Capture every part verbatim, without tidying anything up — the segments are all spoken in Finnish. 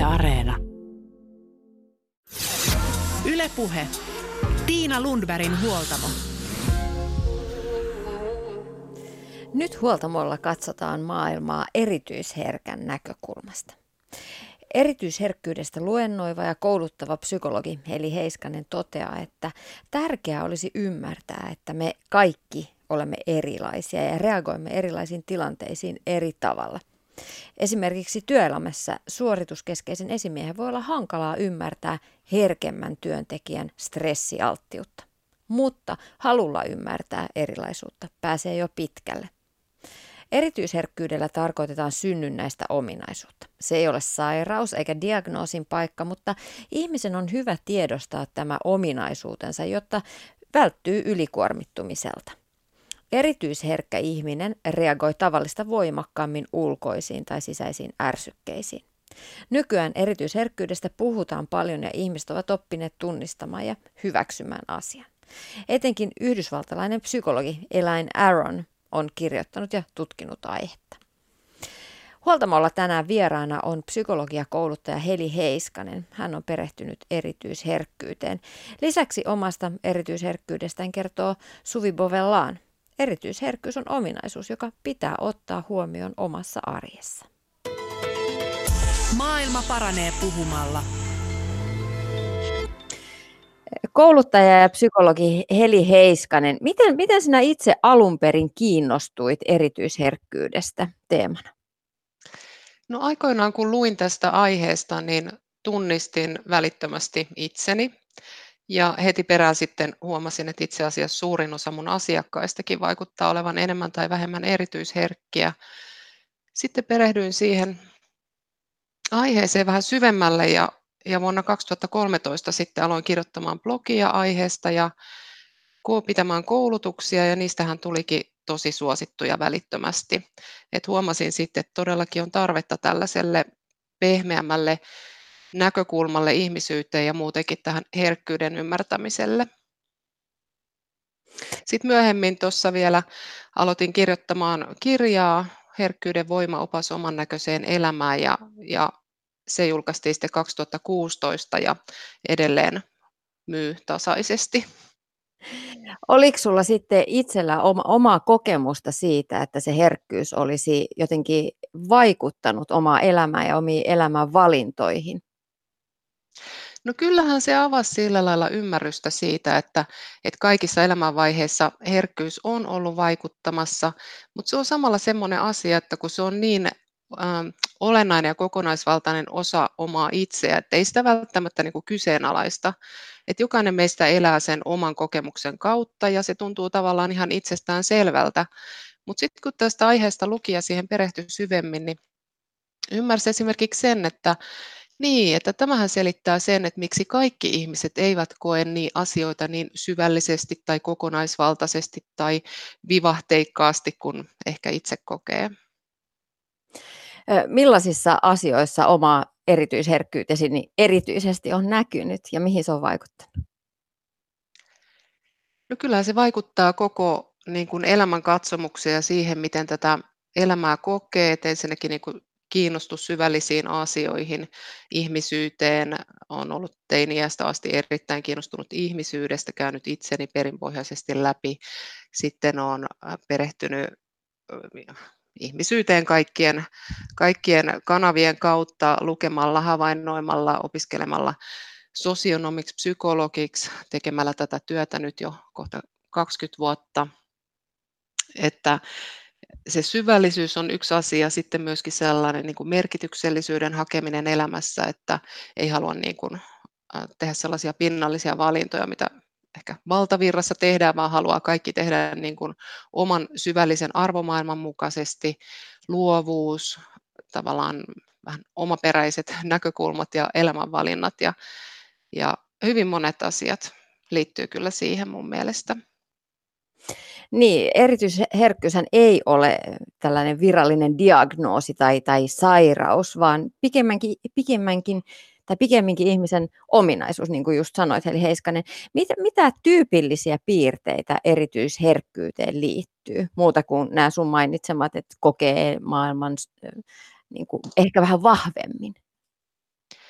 Areena. Yle Puhe. Tiina Lundbergin huoltamo. Nyt huoltamolla katsotaan maailmaa erityisherkän näkökulmasta. Erityisherkkyydestä luennoiva ja kouluttava psykologi Heli Heiskanen toteaa, että tärkeää olisi ymmärtää, että me kaikki olemme erilaisia ja reagoimme erilaisiin tilanteisiin eri tavalla. Esimerkiksi työelämässä suorituskeskeisen esimiehen voi olla hankalaa ymmärtää herkemmän työntekijän stressialttiutta, mutta halulla ymmärtää erilaisuutta pääsee jo pitkälle. Erityisherkkyydellä tarkoitetaan synnynnäistä ominaisuutta. Se ei ole sairaus eikä diagnoosin paikka, mutta ihmisen on hyvä tiedostaa tämä ominaisuutensa, jotta välttyy ylikuormittumiselta. Erityisherkkä ihminen reagoi tavallista voimakkaammin ulkoisiin tai sisäisiin ärsykkeisiin. Nykyään erityisherkkyydestä puhutaan paljon ja ihmiset ovat oppineet tunnistamaan ja hyväksymään asian. Etenkin yhdysvaltalainen psykologi Elaine Aron on kirjoittanut ja tutkinut aihetta. Huoltamolla tänään vieraana on psykologiakouluttaja Heli Heiskanen. Hän on perehtynyt erityisherkkyyteen. Lisäksi omasta erityisherkkyydestään kertoo Suvi Bovellaan. Erityisherkkyys on ominaisuus, joka pitää ottaa huomioon omassa arjessa. Maailma paranee puhumalla. Kouluttaja ja psykologi Heli Heiskanen, miten, miten sinä itse alun perin kiinnostuit erityisherkkyydestä teemana? No aikoinaan kun luin tästä aiheesta, niin tunnistin välittömästi itseni ja heti perään sitten huomasin, että itse asiassa suurin osa mun asiakkaistakin vaikuttaa olevan enemmän tai vähemmän erityisherkkiä. Sitten perehdyin siihen aiheeseen vähän syvemmälle ja, ja vuonna kaksituhattakolmetoista sitten aloin kirjoittamaan blogia aiheesta ja pitämään koulutuksia ja niistähän tulikin tosi suosittuja välittömästi. Et huomasin sitten, että todellakin on tarvetta tällaiselle pehmeämmälle näkökulmalle ihmisyyteen ja muutenkin tähän herkkyyden ymmärtämiselle. Sitten myöhemmin tuossa vielä aloitin kirjoittamaan kirjaa Herkkyyden voimaopas oman näköiseen elämään ja, ja se julkaistiin sitten kaksituhattakuusitoista ja edelleen myy tasaisesti. Oliko sulla sitten itsellä oma, omaa kokemusta siitä, että se herkkyys olisi jotenkin vaikuttanut omaa elämään ja omiin elämän valintoihin? No kyllähän se avasi sillä lailla ymmärrystä siitä, että, että kaikissa elämänvaiheissa herkkyys on ollut vaikuttamassa, mutta se on samalla semmoinen asia, että kun se on niin ähm, olennainen ja kokonaisvaltainen osa omaa itseä, että ei sitä välttämättä niin kuin kyseenalaista, että jokainen meistä elää sen oman kokemuksen kautta ja se tuntuu tavallaan ihan itsestään selvältä, mutta sitten kun tästä aiheesta luki ja siihen perehtyi syvemmin, niin ymmärsi esimerkiksi sen, että Niin, että tämähän selittää sen, että miksi kaikki ihmiset eivät koe niin asioita niin syvällisesti tai kokonaisvaltaisesti tai vivahteikkaasti kuin ehkä itse kokee. Millaisissa asioissa oma erityisherkkyytesi niin erityisesti on näkynyt ja mihin se on vaikuttanut? No kyllähän se vaikuttaa koko niin kuin elämän katsomukseen ja siihen, miten tätä elämää kokee. Et ensinnäkin niin kuin kiinnostus syvällisiin asioihin, ihmisyyteen. Olen ollut teini-iästä asti erittäin kiinnostunut ihmisyydestä, käynyt itseni perinpohjaisesti läpi. Sitten olen perehtynyt ihmisyyteen kaikkien, kaikkien kanavien kautta, lukemalla, havainnoimalla, opiskelemalla sosionomiksi, psykologiksi, tekemällä tätä työtä nyt jo kohta kaksikymmentä vuotta. Että se syvällisyys on yksi asia, sitten myöskin sellainen niin kuin merkityksellisyyden hakeminen elämässä, että ei halua niin kuin tehdä sellaisia pinnallisia valintoja, mitä ehkä valtavirrassa tehdään, vaan haluaa kaikki tehdä niin kuin oman syvällisen arvomaailman mukaisesti, luovuus, tavallaan vähän omaperäiset näkökulmat ja elämänvalinnat ja, ja hyvin monet asiat liittyy kyllä siihen mun mielestä. Niin, erityisherkkyyshän ei ole tällainen virallinen diagnoosi tai, tai sairaus, vaan pikemminkin, pikemminkin, tai pikemminkin ihmisen ominaisuus, niin kuin just sanoit, eli Heiskanen. Mitä, mitä tyypillisiä piirteitä erityisherkkyyteen liittyy, muuta kuin nämä sun mainitsemat, että kokee maailman niin kuin, ehkä vähän vahvemmin?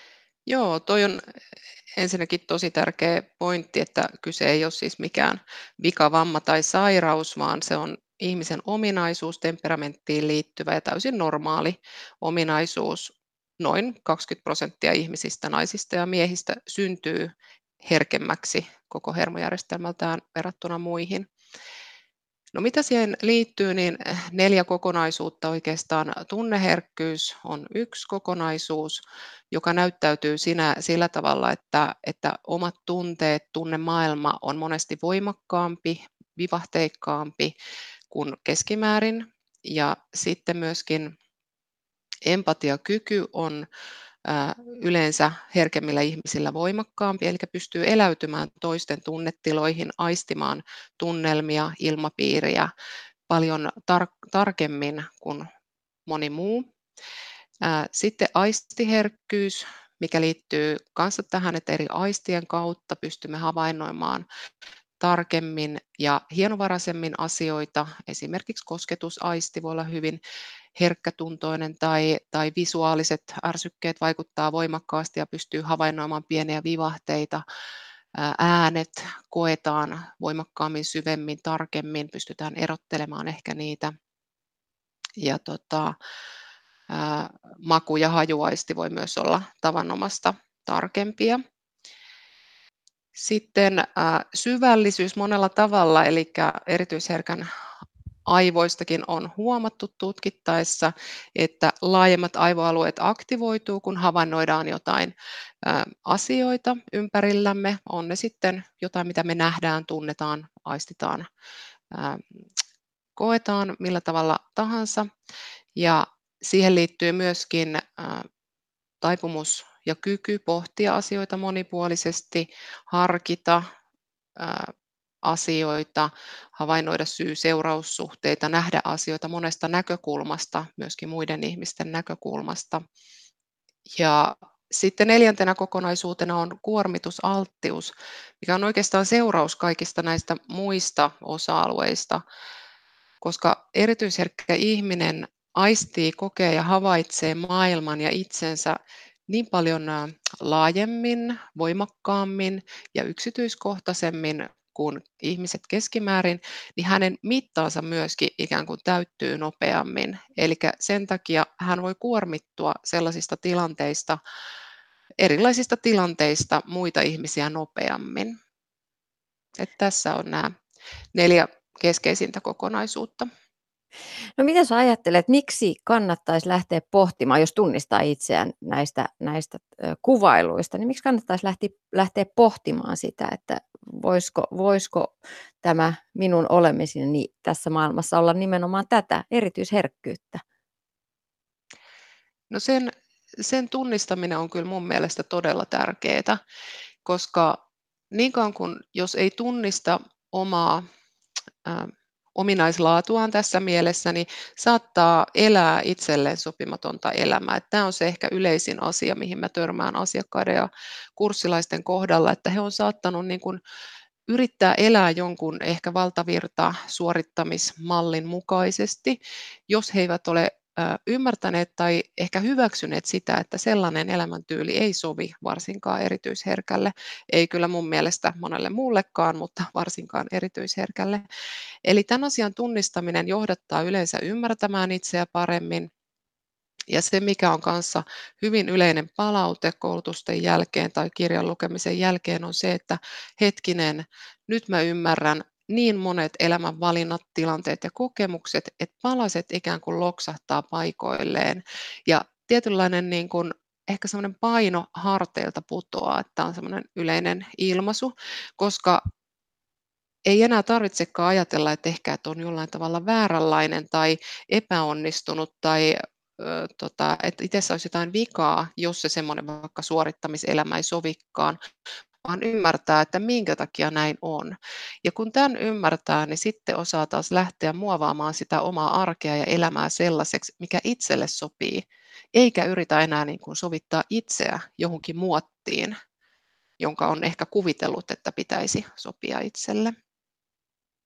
Joo, toi on ensinnäkin tosi tärkeä pointti, että kyse ei ole siis mikään vika, vamma tai sairaus, vaan se on ihmisen ominaisuus, temperamenttiin liittyvä ja täysin normaali ominaisuus. Noin kaksikymmentä prosenttia ihmisistä, naisista ja miehistä syntyy herkemmäksi koko hermojärjestelmältään verrattuna muihin. No mitä siihen liittyy, niin eh, neljä kokonaisuutta oikeastaan. Tunneherkkyys on yksi kokonaisuus, joka näyttäytyy sinä, sillä tavalla, että, että omat tunteet, tunnemaailma on monesti voimakkaampi, vivahteikkaampi kuin keskimäärin. Ja sitten myöskin empatiakyky on ää, yleensä herkemmillä ihmisillä voimakkaampi, eli pystyy eläytymään toisten tunnetiloihin, aistimaan tunnelmia, ilmapiiriä paljon tar- tarkemmin kuin moni muu. Ää, Sitten aistiherkkyys, mikä liittyy kanssa tähän, että eri aistien kautta pystymme havainnoimaan tarkemmin ja hienovaraisemmin asioita. Esimerkiksi kosketusaisti voi olla hyvin herkkätuntoinen tai, tai visuaaliset ärsykkeet vaikuttaa voimakkaasti ja pystyy havainnoimaan pieniä vivahteita. Ää, Äänet koetaan voimakkaammin, syvemmin, tarkemmin, pystytään erottelemaan ehkä niitä. Ja tota, ää, maku- ja hajuaisti voi myös olla tavanomasta tarkempia. Sitten ää, syvällisyys monella tavalla, eli erityisherkän aivoistakin on huomattu tutkittaessa, että laajemmat aivoalueet aktivoituu, kun havainnoidaan jotain ää, asioita ympärillämme. On ne sitten jotain, mitä me nähdään, tunnetaan, aistitaan, ää, koetaan millä tavalla tahansa. Ja siihen liittyy myöskin ää, taipumus ja kyky pohtia asioita monipuolisesti, harkita ää, asioita, havainnoida syy-seuraussuhteita, nähdä asioita monesta näkökulmasta, myöskin muiden ihmisten näkökulmasta. Ja sitten neljäntenä kokonaisuutena on kuormitusalttius, mikä on oikeastaan seuraus kaikista näistä muista osa-alueista, koska erityisherkkä ihminen aistii, kokee ja havaitsee maailman ja itsensä niin paljon ä, laajemmin, voimakkaammin ja yksityiskohtaisemmin kuin ihmiset keskimäärin, niin hänen mittaansa myöskin ikään kuin täyttyy nopeammin. Eli sen takia hän voi kuormittua sellaisista tilanteista, erilaisista tilanteista muita ihmisiä nopeammin. Et tässä on nämä neljä keskeisintä kokonaisuutta. No mitä sä ajattelet, miksi kannattaisi lähteä pohtimaan, jos tunnistaa itseään näistä, näistä ö, kuvailuista, niin miksi kannattaisi lähteä, lähteä pohtimaan sitä, että voisiko, voisiko tämä minun olemiseni tässä maailmassa olla nimenomaan tätä erityisherkkyyttä? No sen, sen tunnistaminen on kyllä mun mielestä todella tärkeää, koska niin kauan kuin jos ei tunnista omaa ä, ominaislaatuaan tässä mielessä, niin saattaa elää itselleen sopimatonta elämää. Tämä on se ehkä yleisin asia, mihin mä törmään asiakkaiden ja kurssilaisten kohdalla, että he on saattanut niin kuin yrittää elää jonkun ehkä valtavirta suorittamismallin mukaisesti, jos he eivät ole ö, ymmärtäneet tai ehkä hyväksyneet sitä, että sellainen elämäntyyli ei sovi varsinkaan erityisherkälle. Ei kyllä mun mielestä monelle muullekaan, mutta varsinkaan erityisherkälle. Eli tämän asian tunnistaminen johdattaa yleensä ymmärtämään itseä paremmin. Ja se, mikä on kanssa hyvin yleinen palaute koulutusten jälkeen tai kirjan lukemisen jälkeen, on se, että hetkinen, nyt mä ymmärrän niin monet elämän valinnat, tilanteet ja kokemukset, että palaset ikään kuin loksahtaa paikoilleen. Ja tietynlainen niin kuin, ehkä semmoinen paino harteilta putoaa, että tämä on semmoinen yleinen ilmaisu, koska ei enää tarvitsekaan ajatella, että ehkä että on jollain tavalla vääränlainen tai epäonnistunut tai ö, tota, että itsessä olisi jotain vikaa, jos se semmoinen vaikka suorittamiselämä ei sovikaan, vaan ymmärtää, että minkä takia näin on. Ja kun tämän ymmärtää, niin sitten osaa taas lähteä muovaamaan sitä omaa arkea ja elämää sellaiseksi, mikä itselle sopii, eikä yritä enää niin kuin sovittaa itseä johonkin muottiin, jonka on ehkä kuvitellut, että pitäisi sopia itselle.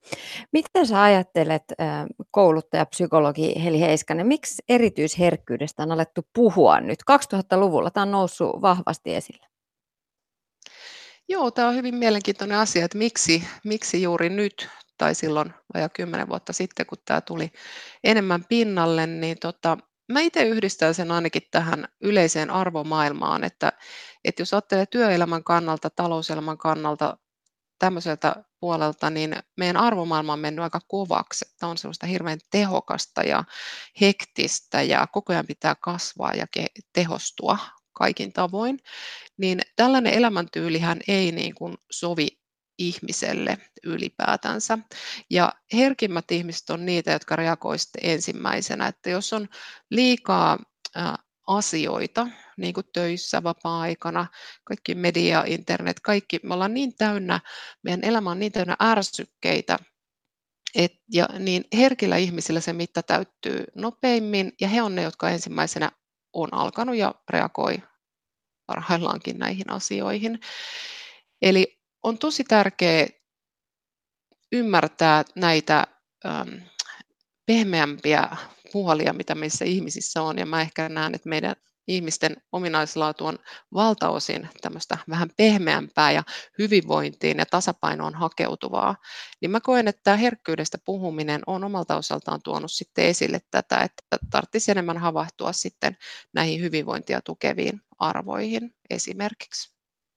Miten sä ajattelet, äh, kouluttaja, psykologi Heli Heiskanen, miksi erityisherkkyydestä on alettu puhua nyt? kaksituhattaluvulla tämä on noussut vahvasti esille. Joo, tämä on hyvin mielenkiintoinen asia, että miksi, miksi juuri nyt tai silloin vajaa kymmenen vuotta sitten, kun tämä tuli enemmän pinnalle, niin tota, mä itse yhdistän sen ainakin tähän yleiseen arvomaailmaan, että, että jos ajattelee työelämän kannalta, talouselämän kannalta, tämmöiseltä puolelta, niin meidän arvomaailma on mennyt aika kovaksi, että on sellaista hirveän tehokasta ja hektistä ja koko ajan pitää kasvaa ja ke- tehostua kaikin tavoin, niin tällainen elämäntyylihän ei niin kuin sovi ihmiselle ylipäätänsä. Ja herkimmät ihmiset on niitä, jotka reagoivat sitten ensimmäisenä, että jos on liikaa ää, asioita, niin kuin töissä, vapaa-aikana, kaikki media, internet, kaikki, me ollaan niin täynnä, meidän elämä on niin täynnä ärsykkeitä, et, ja niin herkillä ihmisillä se mitta täyttyy nopeimmin, ja he on ne, jotka ensimmäisenä on alkanut ja reagoi parhaillaankin näihin asioihin. Eli on tosi tärkeää ymmärtää näitä ähm, pehmeämpiä puolia, mitä meissä ihmisissä on, ja mä ehkä näen, että meidän ihmisten ominaislaatu on valtaosin tämmöistä vähän pehmeämpää ja hyvinvointiin ja tasapainoon hakeutuvaa, niin mä koen, että tämä herkkyydestä puhuminen on omalta osaltaan tuonut sitten esille tätä, että tarvitsisi enemmän havahtua sitten näihin hyvinvointia tukeviin arvoihin esimerkiksi.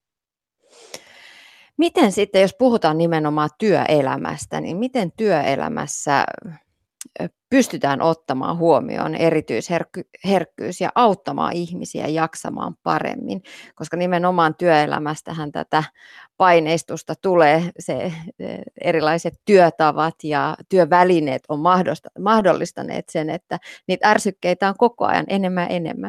Miten sitten, jos puhutaan nimenomaan työelämästä, niin miten työelämässä pystytään ottamaan huomioon erityisherkkyys ja auttamaan ihmisiä jaksamaan paremmin, koska nimenomaan työelämästähän tätä paineistusta tulee, se erilaiset työtavat ja työvälineet on mahdollistaneet sen, että niitä ärsykkeitä on koko ajan enemmän ja enemmän.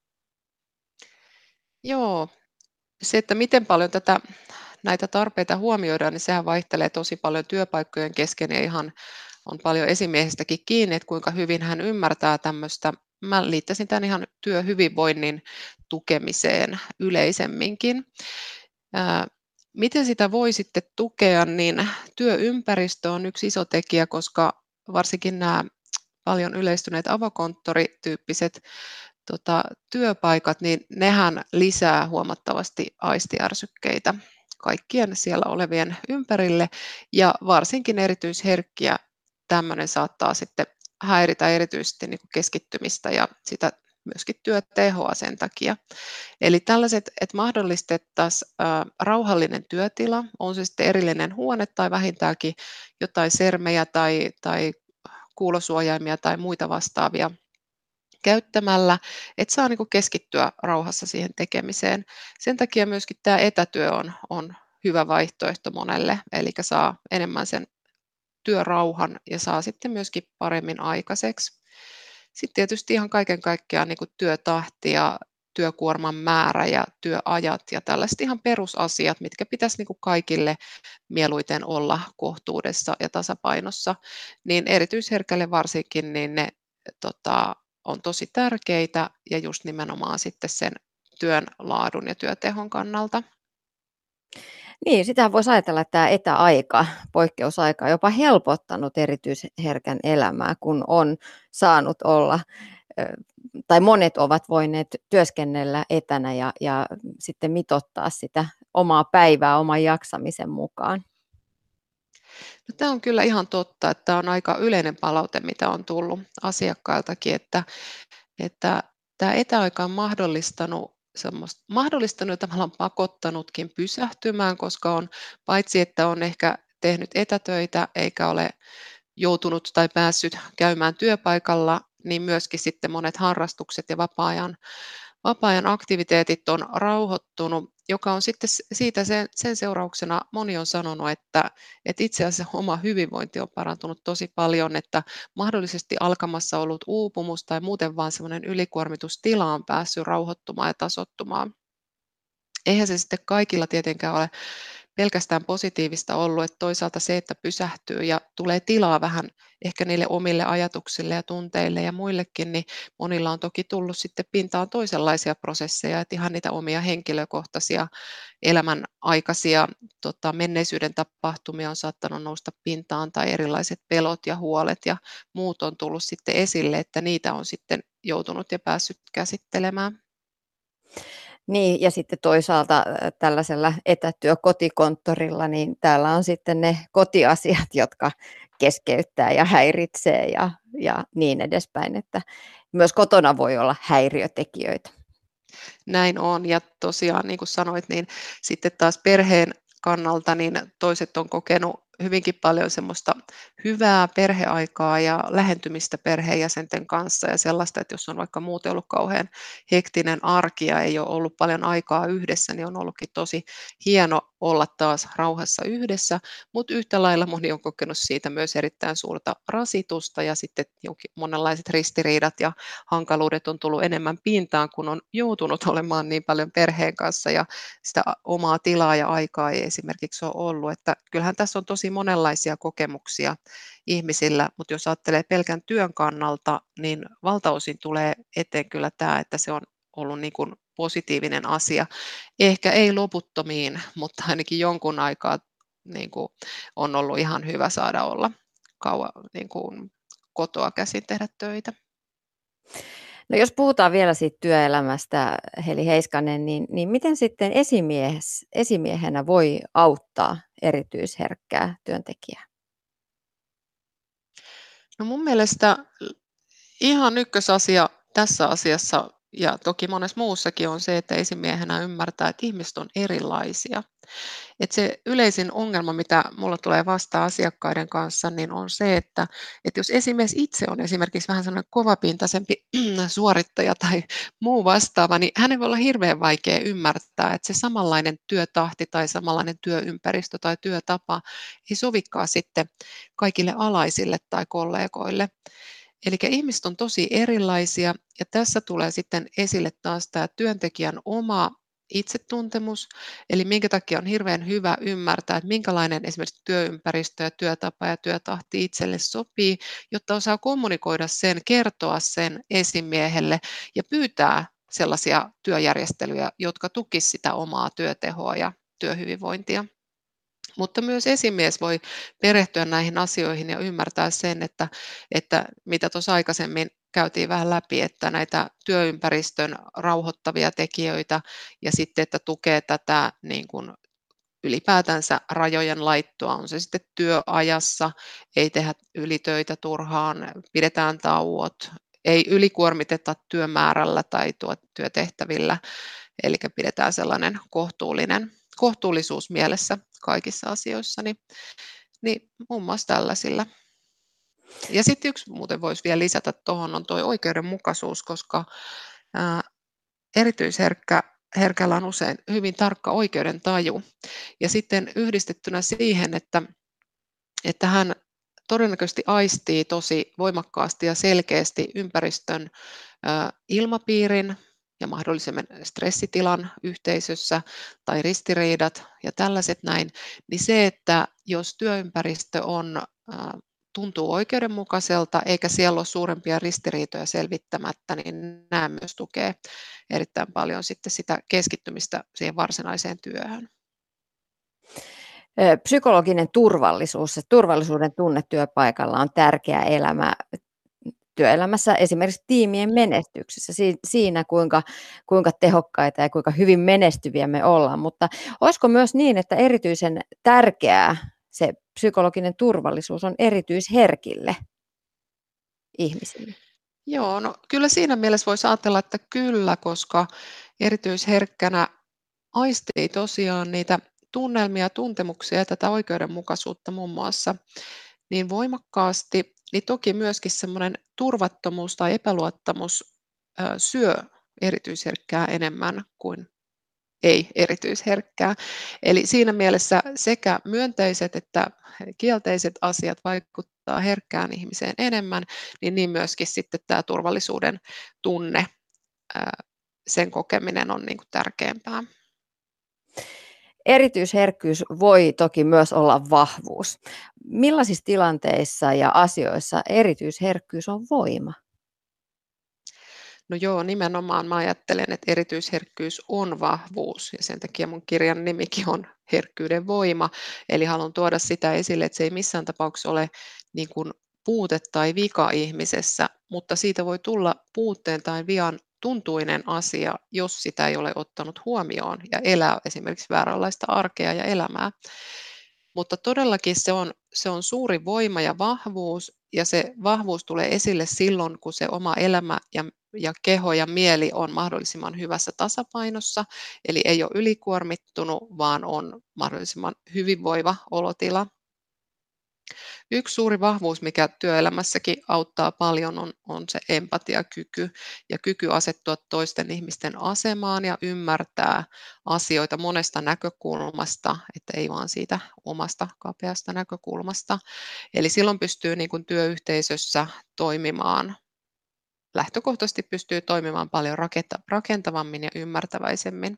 Joo, se, että miten paljon tätä, näitä tarpeita huomioidaan, niin sehän vaihtelee tosi paljon työpaikkojen kesken ja ihan on paljon esimiehestäkin kiinni, että kuinka hyvin hän ymmärtää tämmöistä. Mä liittäisin tämän ihan työhyvinvoinnin tukemiseen yleisemminkin. Ää, miten sitä voi sitten tukea, niin työympäristö on yksi iso tekijä, koska varsinkin nämä paljon yleistyneet avokonttorityyppiset tota, työpaikat, niin nehän lisää huomattavasti aistiärsykkeitä kaikkien siellä olevien ympärille, ja varsinkin erityisherkkiä tämmöinen saattaa sitten häiritä erityisesti niin kuin keskittymistä ja sitä myöskin työtehoa sen takia. Eli tällaiset, että mahdollistettaisiin rauhallinen työtila, on se sitten erillinen huone tai vähintäänkin jotain sermejä tai, tai kuulosuojaimia tai muita vastaavia käyttämällä, että saa niin kuin keskittyä rauhassa siihen tekemiseen. Sen takia myöskin tämä etätyö on, on hyvä vaihtoehto monelle, eli saa enemmän sen työrauhan ja saa sitten myöskin paremmin aikaiseksi. Sitten tietysti ihan kaiken kaikkiaan niin kuin työtahti ja työkuorman määrä ja työajat ja tällaiset ihan perusasiat, mitkä pitäisi niin kuin kaikille mieluiten olla kohtuudessa ja tasapainossa, niin erityisherkälle varsinkin niin ne tota, on tosi tärkeitä ja just nimenomaan sitten sen työn laadun ja työtehon kannalta. Niin, sitä voisi ajatella, että tämä etäaika, poikkeusaika on jopa helpottanut erityisherkän elämää, kun on saanut olla, tai monet ovat voineet työskennellä etänä ja, ja sitten mitoittaa sitä omaa päivää oman jaksamisen mukaan. No, tämä on kyllä ihan totta, että tämä on aika yleinen palaute, mitä on tullut asiakkailtakin, että, että tämä etäaika on mahdollistanut semmoista, mahdollistanut ja tavallaan pakottanutkin pysähtymään, koska on paitsi, että on ehkä tehnyt etätöitä eikä ole joutunut tai päässyt käymään työpaikalla, niin myöskin sitten monet harrastukset ja vapaa-ajan, vapaa-ajan aktiviteetit on rauhoittunut, joka on sitten siitä sen, sen seurauksena moni on sanonut, että, että itse asiassa oma hyvinvointi on parantunut tosi paljon, että mahdollisesti alkamassa ollut uupumus tai muuten vaan semmoinen ylikuormitustila on päässyt rauhoittumaan ja tasoittumaan. Eihän se sitten kaikilla tietenkään ole pelkästään positiivista ollut, että toisaalta se, että pysähtyy ja tulee tilaa vähän ehkä niille omille ajatuksille ja tunteille ja muillekin, niin monilla on toki tullut sitten pintaan toisenlaisia prosesseja, että ihan niitä omia henkilökohtaisia elämän aikaisia tota, menneisyyden tapahtumia on saattanut nousta pintaan tai erilaiset pelot ja huolet ja muut on tullut sitten esille, että niitä on sitten joutunut ja päässyt käsittelemään. Niin, ja sitten toisaalta äh, tällaisella etätyökotikonttorilla, niin täällä on sitten ne kotiasiat, jotka keskeyttää ja häiritsee ja, ja niin edespäin, että myös kotona voi olla häiriötekijöitä. Näin on ja tosiaan niin kuin sanoit, niin sitten taas perheen kannalta niin toiset on kokenut hyvinkin paljon semmoista hyvää perheaikaa ja lähentymistä perheenjäsenten kanssa ja sellaista, että jos on vaikka muuten ollut kauhean hektinen arki ja ei ole ollut paljon aikaa yhdessä, niin on ollutkin tosi hieno olla taas rauhassa yhdessä, mutta yhtä lailla moni on kokenut siitä myös erittäin suurta rasitusta ja sitten jonkin- monenlaiset ristiriidat ja hankaluudet on tullut enemmän pintaan, kun on joutunut olemaan niin paljon perheen kanssa ja sitä a- omaa tilaa ja aikaa ei esimerkiksi ole ollut. Että kyllähän tässä on tosi monenlaisia kokemuksia ihmisillä, mutta jos ajattelee pelkän työn kannalta, niin valtaosin tulee eteen kyllä tämä, että se on ollut niin kuin positiivinen asia. Ehkä ei loputtomiin, mutta ainakin jonkun aikaa niin kuin on ollut ihan hyvä saada olla kauan niin kuin kotoa käsin tehdä töitä. No jos puhutaan vielä siitä työelämästä, Heli Heiskanen, niin, niin miten sitten esimies, esimiehenä voi auttaa erityisherkkää työntekijää? No mun mielestä ihan ykkösasia tässä asiassa ja toki monessa muussakin on se, että esimiehenä ymmärtää, että ihmiset on erilaisia. Et se yleisin ongelma, mitä mulla tulee vastaan asiakkaiden kanssa, niin on se, että, että jos esimies itse on esimerkiksi vähän sellainen kovapintaisempi suorittaja tai muu vastaava, niin hänen voi olla hirveän vaikea ymmärtää, että se samanlainen työtahti tai samanlainen työympäristö tai työtapa ei sovikaan sitten kaikille alaisille tai kollegoille. Eli ihmiset on tosi erilaisia ja tässä tulee sitten esille taas tämä työntekijän oma itsetuntemus, eli minkä takia on hirveän hyvä ymmärtää, että minkälainen esimerkiksi työympäristö ja työtapa ja työtahti itselle sopii, jotta osaa kommunikoida sen, kertoa sen esimiehelle ja pyytää sellaisia työjärjestelyjä, jotka tukisivat sitä omaa työtehoa ja työhyvinvointia. Mutta myös esimies voi perehtyä näihin asioihin ja ymmärtää sen, että, että mitä tuossa aikaisemmin käytiin vähän läpi, että näitä työympäristön rauhoittavia tekijöitä ja sitten, että tukee tätä niin kuin ylipäätänsä rajojen laittoa, on se sitten työajassa, ei tehdä ylitöitä turhaan, pidetään tauot, ei ylikuormiteta työmäärällä tai tuo työtehtävillä, eli pidetään sellainen kohtuullinen, kohtuullisuus mielessä kaikissa asioissa, niin, niin muun muassa tällaisilla. Ja sitten yksi muuten voisi vielä lisätä tuohon on tuo oikeudenmukaisuus, koska ää, erityisherkkä herkällä on usein hyvin tarkka oikeudentaju. Ja sitten yhdistettynä siihen, että, että hän todennäköisesti aistii tosi voimakkaasti ja selkeästi ympäristön ää, ilmapiirin ja mahdollisemman stressitilan yhteisössä tai ristiriidat ja tällaiset näin, niin se, että jos työympäristö on, ää, tuntuu oikeudenmukaiselta eikä siellä ole suurempia ristiriitoja selvittämättä, niin nämä myös tukee erittäin paljon sitten sitä keskittymistä siihen varsinaiseen työhön. Ö, Psykologinen turvallisuus, se turvallisuuden tunne työpaikalla on tärkeä elämä työelämässä, esimerkiksi tiimien menestyksessä, si- siinä kuinka, kuinka tehokkaita ja kuinka hyvin menestyviä me ollaan. Mutta olisiko myös niin, että erityisen tärkeää se psykologinen turvallisuus on erityisherkille ihmisille? Joo, no kyllä siinä mielessä voisi ajatella, että kyllä, koska erityisherkkänä aistii tosiaan niitä tunnelmia, tuntemuksia ja tätä oikeudenmukaisuutta muun muassa niin voimakkaasti, niin toki myöskin semmoinen turvattomuus tai epäluottamus ö, syö erityisherkkää enemmän kuin ei erityisherkkää. Eli siinä mielessä sekä myönteiset että kielteiset asiat vaikuttaa herkkään ihmiseen enemmän, niin, niin myöskin sitten tämä turvallisuuden tunne, ää, sen kokeminen on niin kuin tärkeämpää. Erityisherkkyys voi toki myös olla vahvuus. Millaisissa tilanteissa ja asioissa erityisherkkyys on voima? No joo, nimenomaan mä ajattelen, että erityisherkkyys on vahvuus ja sen takia mun kirjan nimikin on Herkkyyden voima. Eli haluan tuoda sitä esille, että se ei missään tapauksessa ole niin kuin puute tai vika ihmisessä, mutta siitä voi tulla puutteen tai vian tuntuinen asia, jos sitä ei ole ottanut huomioon ja elää esimerkiksi vääränlaista arkea ja elämää. Mutta todellakin se on, se on suuri voima ja vahvuus, ja se vahvuus tulee esille silloin, kun se oma elämä ja, ja keho ja mieli on mahdollisimman hyvässä tasapainossa, eli ei ole ylikuormittunut, vaan on mahdollisimman hyvinvoiva olotila. Yksi suuri vahvuus, mikä työelämässäkin auttaa paljon, on, on se empatiakyky ja kyky asettua toisten ihmisten asemaan ja ymmärtää asioita monesta näkökulmasta, että ei vaan siitä omasta kapeasta näkökulmasta. Eli silloin pystyy niin kuin työyhteisössä toimimaan, lähtökohtaisesti pystyy toimimaan paljon rakentavammin ja ymmärtäväisemmin.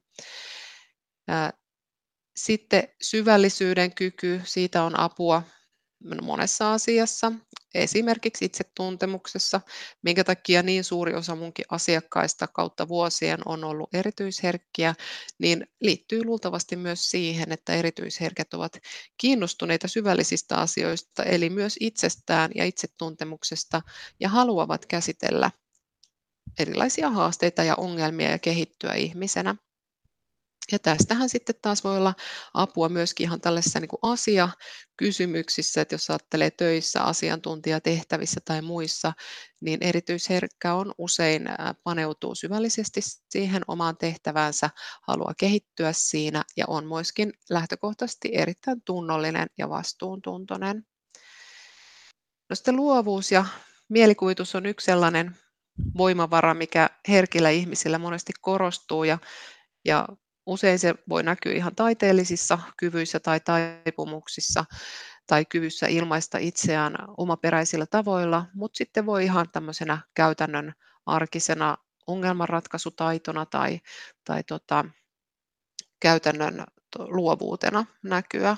Sitten syvällisyyden kyky, siitä on apua monessa asiassa, esimerkiksi itsetuntemuksessa, minkä takia niin suuri osa munkin asiakkaista kautta vuosien on ollut erityisherkkiä, niin liittyy luultavasti myös siihen, että erityisherkät ovat kiinnostuneita syvällisistä asioista, eli myös itsestään ja itsetuntemuksesta, ja haluavat käsitellä erilaisia haasteita ja ongelmia ja kehittyä ihmisenä. Ja tästähän sitten taas voi olla apua myöskin ihan tällaisissa niin kuin asiakysymyksissä, että jos ajattelee töissä, asiantuntijatehtävissä tai muissa, niin erityisherkkä on usein paneutuu syvällisesti siihen omaan tehtäväänsä, haluaa kehittyä siinä ja on myöskin lähtökohtaisesti erittäin tunnollinen ja vastuuntuntoinen. No sitten luovuus ja mielikuvitus on yksi sellainen voimavara, mikä herkillä ihmisillä monesti korostuu ja, ja usein se voi näkyä ihan taiteellisissa kyvyissä tai taipumuksissa tai kyvyssä ilmaista itseään omaperäisillä tavoilla, mutta sitten voi ihan tämmöisenä käytännön arkisena ongelmanratkaisutaitona tai, tai tota, käytännön luovuutena näkyä.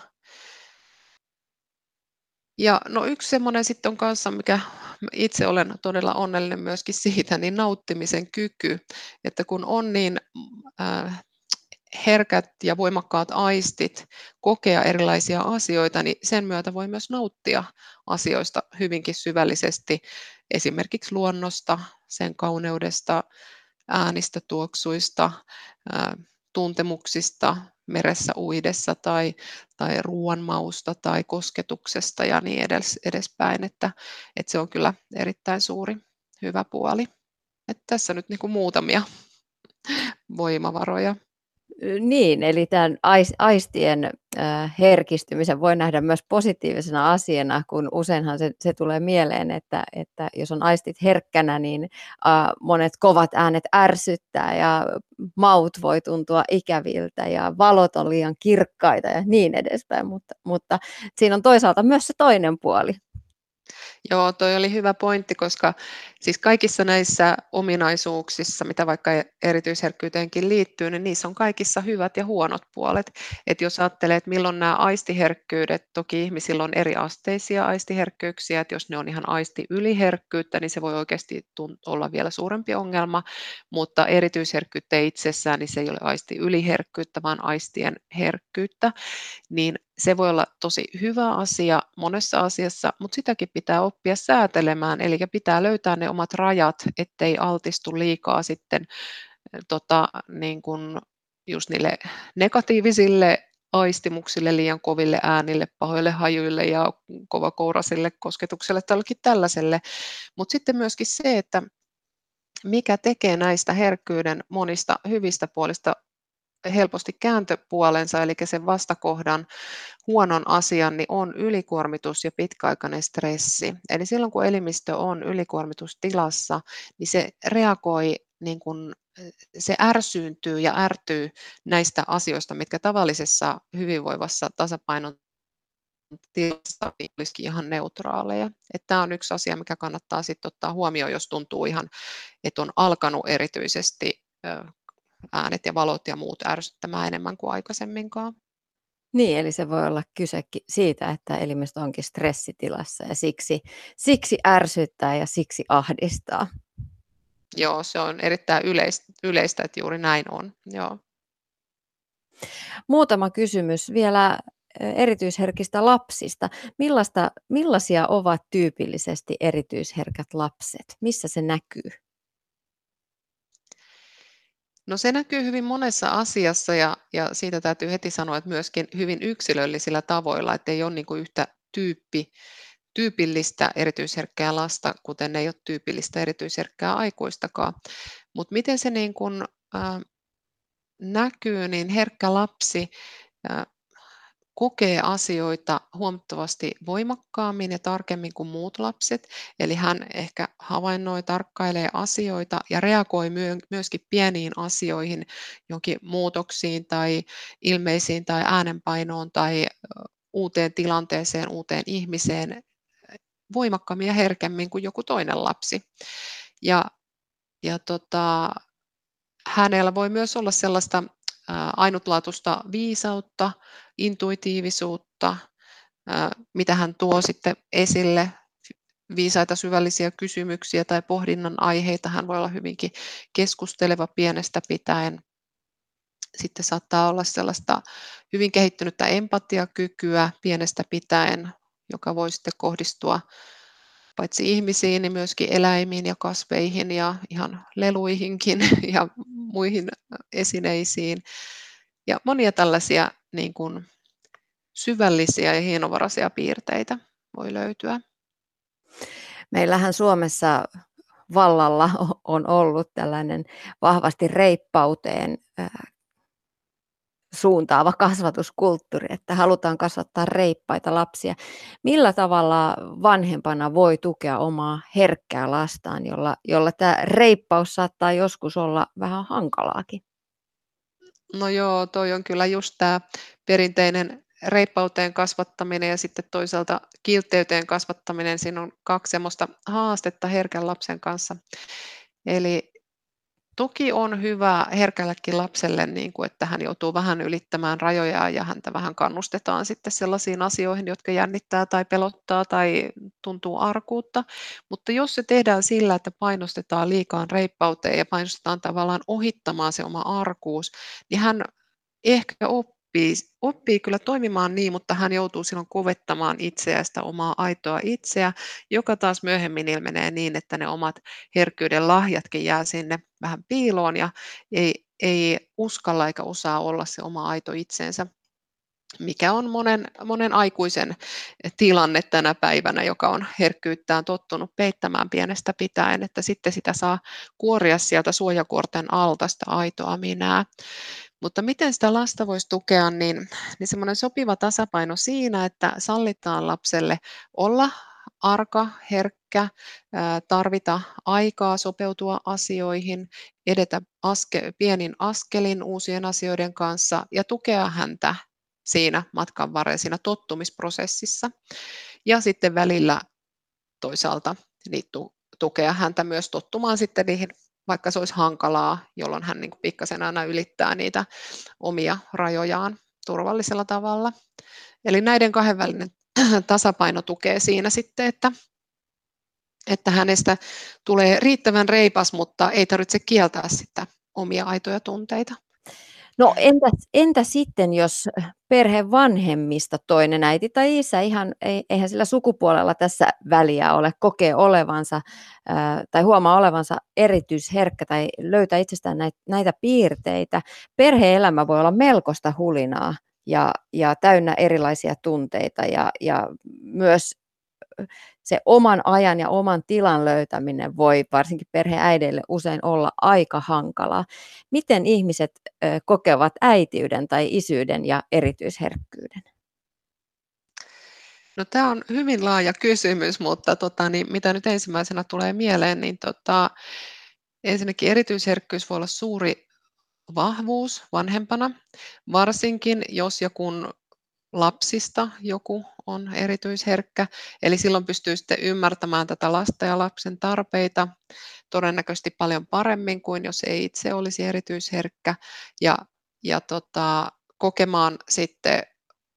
Ja no yksi semmoinen sitten on kanssa, mikä itse olen todella onnellinen myöskin siitä, niin nauttimisen kyky, että kun on niin äh, herkät ja voimakkaat aistit kokea erilaisia asioita, niin sen myötä voi myös nauttia asioista hyvinkin syvällisesti, esimerkiksi luonnosta, sen kauneudesta, äänistä, tuoksuista, ää, tuntemuksista meressä uidessa tai, tai ruoan mausta tai kosketuksesta ja niin edes, edespäin, että, että se on kyllä erittäin suuri hyvä puoli. Että tässä nyt niin kuin muutamia voimavaroja. Niin, eli tämän aistien herkistymisen voi nähdä myös positiivisena asiana, kun useinhan se, se tulee mieleen, että, että jos on aistit herkkänä, niin monet kovat äänet ärsyttää ja maut voi tuntua ikäviltä ja valot on liian kirkkaita ja niin edespäin, mutta, mutta siinä on toisaalta myös se toinen puoli. Joo, toi oli hyvä pointti, koska siis kaikissa näissä ominaisuuksissa, mitä vaikka erityisherkkyyteenkin liittyy, niin niissä on kaikissa hyvät ja huonot puolet. Et jos ajattelee, että milloin nämä aistiherkkyydet, toki ihmisillä on eri asteisia aistiherkkyyksiä, että jos ne on ihan aistiyliherkkyyttä, niin se voi oikeasti olla vielä suurempi ongelma, mutta erityisherkkyyttä itsessään, niin se ei ole aistiyliherkkyyttä, vaan aistien herkkyyttä, niin se voi olla tosi hyvä asia monessa asiassa, mutta sitäkin pitää oppia säätelemään, eli pitää löytää ne omat rajat, ettei altistu liikaa sitten tota, niin kun just niille negatiivisille aistimuksille, liian koville äänille, pahoille hajuille ja kovakourasille kosketukselle tai jollekin tällaiselle. Mutta sitten myöskin se, että mikä tekee näistä herkkyyden monista hyvistä puolista helposti kääntöpuolensa, eli sen vastakohdan huonon asian, niin on ylikuormitus ja pitkäaikainen stressi. Eli silloin kun elimistö on ylikuormitustilassa, niin se reagoi, niin kuin, se ärsyyntyy ja ärtyy näistä asioista, mitkä tavallisessa hyvinvoivassa tasapainon tilassa olisikin ihan neutraaleja. Että tämä on yksi asia, mikä kannattaa sitten ottaa huomioon, jos tuntuu ihan, että on alkanut erityisesti äänet ja valot ja muut ärsyttämään enemmän kuin aikaisemminkaan. Niin, eli se voi olla kysekin siitä, että elimistö onkin stressitilassa ja siksi, siksi ärsyttää ja siksi ahdistaa. Joo, se on erittäin yleistä, yleistä, että juuri näin on. Joo. Muutama kysymys vielä erityisherkistä lapsista. Millaista, millaisia ovat tyypillisesti erityisherkät lapset? Missä se näkyy? No se näkyy hyvin monessa asiassa ja, ja siitä täytyy heti sanoa, että myöskin hyvin yksilöllisillä tavoilla, että ei ole niin kuin yhtä tyyppi, tyypillistä erityisherkkää lasta, kuten ei ole tyypillistä erityisherkkää aikuistakaan. Mutta miten se niin kuin, äh, näkyy, niin herkkä lapsi äh, kokee asioita huomattavasti voimakkaammin ja tarkemmin kuin muut lapset. Eli hän ehkä havainnoi, tarkkailee asioita ja reagoi myö- myöskin pieniin asioihin, jonkin muutoksiin tai ilmeisiin tai äänenpainoon tai ö, uuteen tilanteeseen, uuteen ihmiseen voimakkaammin ja herkemmin kuin joku toinen lapsi. Ja, ja tota, hänellä voi myös olla sellaista ää, ainutlaatuista viisautta, intuitiivisuutta, ää, mitä hän tuo sitten esille, viisaita syvällisiä kysymyksiä tai pohdinnan aiheita. Hän voi olla hyvinkin keskusteleva pienestä pitäen. Sitten saattaa olla sellaista hyvin kehittynyttä empatiakykyä pienestä pitäen, joka voi sitten kohdistua paitsi ihmisiin, niin myöskin eläimiin ja kasveihin ja ihan leluihinkin ja muihin esineisiin. Ja monia tällaisia niin kuin syvällisiä ja hienovaraisia piirteitä voi löytyä. Meillähän Suomessa vallalla on ollut tällainen vahvasti reippauteen suuntaava kasvatuskulttuuri, että halutaan kasvattaa reippaita lapsia. Millä tavalla vanhempana voi tukea omaa herkkää lastaan, jolla, jolla tämä reippaus saattaa joskus olla vähän hankalaakin? No joo, toi on kyllä just tämä perinteinen reippauteen kasvattaminen ja sitten toisaalta kiltteyteen kasvattaminen. Siinä on kaksi semmoista haastetta herkän lapsen kanssa. Eli toki on hyvä herkällekin lapselle, niin kuin, että hän joutuu vähän ylittämään rajoja ja häntä vähän kannustetaan sitten sellaisiin asioihin, jotka jännittää tai pelottaa tai tuntuu arkuutta. Mutta jos se tehdään sillä, että painostetaan liikaan reippauteen ja painostetaan tavallaan ohittamaan se oma arkuus, niin hän ehkä oppii, oppii kyllä toimimaan niin, mutta hän joutuu silloin kovettamaan itseä, sitä omaa aitoa itseä, joka taas myöhemmin ilmenee niin, että ne omat herkkyyden lahjatkin jää sinne vähän piiloon ja ei, ei uskalla eikä osaa olla se oma aito itsensä, mikä on monen, monen aikuisen tilanne tänä päivänä, joka on herkkyyttään tottunut peittämään pienestä pitäen, että sitten sitä saa kuoria sieltä suojakuorten alta sitä aitoa minää. Mutta miten sitä lasta voisi tukea, niin, niin semmoinen sopiva tasapaino siinä, että sallitaan lapselle olla arka, herkkä, tarvita aikaa sopeutua asioihin, edetä aske, pienin askelin uusien asioiden kanssa ja tukea häntä siinä matkan varrella, siinä tottumisprosessissa. Ja sitten välillä toisaalta niin tukea häntä myös tottumaan sitten niihin, vaikka se olisi hankalaa, jolloin hän niin kuin pikkasen aina ylittää niitä omia rajojaan turvallisella tavalla. Eli näiden kahden välinen tasapaino tukee siinä sitten, että, että hänestä tulee riittävän reipas, mutta ei tarvitse kieltää sitä omia aitoja tunteita. No entä, entä sitten, jos perheen vanhemmista toinen äiti tai isä, ihan, eihän sillä sukupuolella tässä väliä ole, kokee olevansa ää, tai huomaa olevansa erityisherkkä tai löytää itsestään näitä, näitä piirteitä. Perhe-elämä voi olla melkoista hulinaa ja, ja täynnä erilaisia tunteita ja, ja myös se oman ajan ja oman tilan löytäminen voi varsinkin perheäideille usein olla aika hankalaa. Miten ihmiset kokevat äitiyden tai isyyden ja erityisherkkyyden? No, tämä on hyvin laaja kysymys, mutta tota, niin, mitä nyt ensimmäisenä tulee mieleen, niin tota, ensinnäkin erityisherkkyys voi olla suuri vahvuus vanhempana, varsinkin jos ja kun lapsista joku on erityisherkkä, eli silloin pystyy sitten ymmärtämään tätä lasta ja lapsen tarpeita todennäköisesti paljon paremmin kuin jos ei itse olisi erityisherkkä ja, ja tota, kokemaan sitten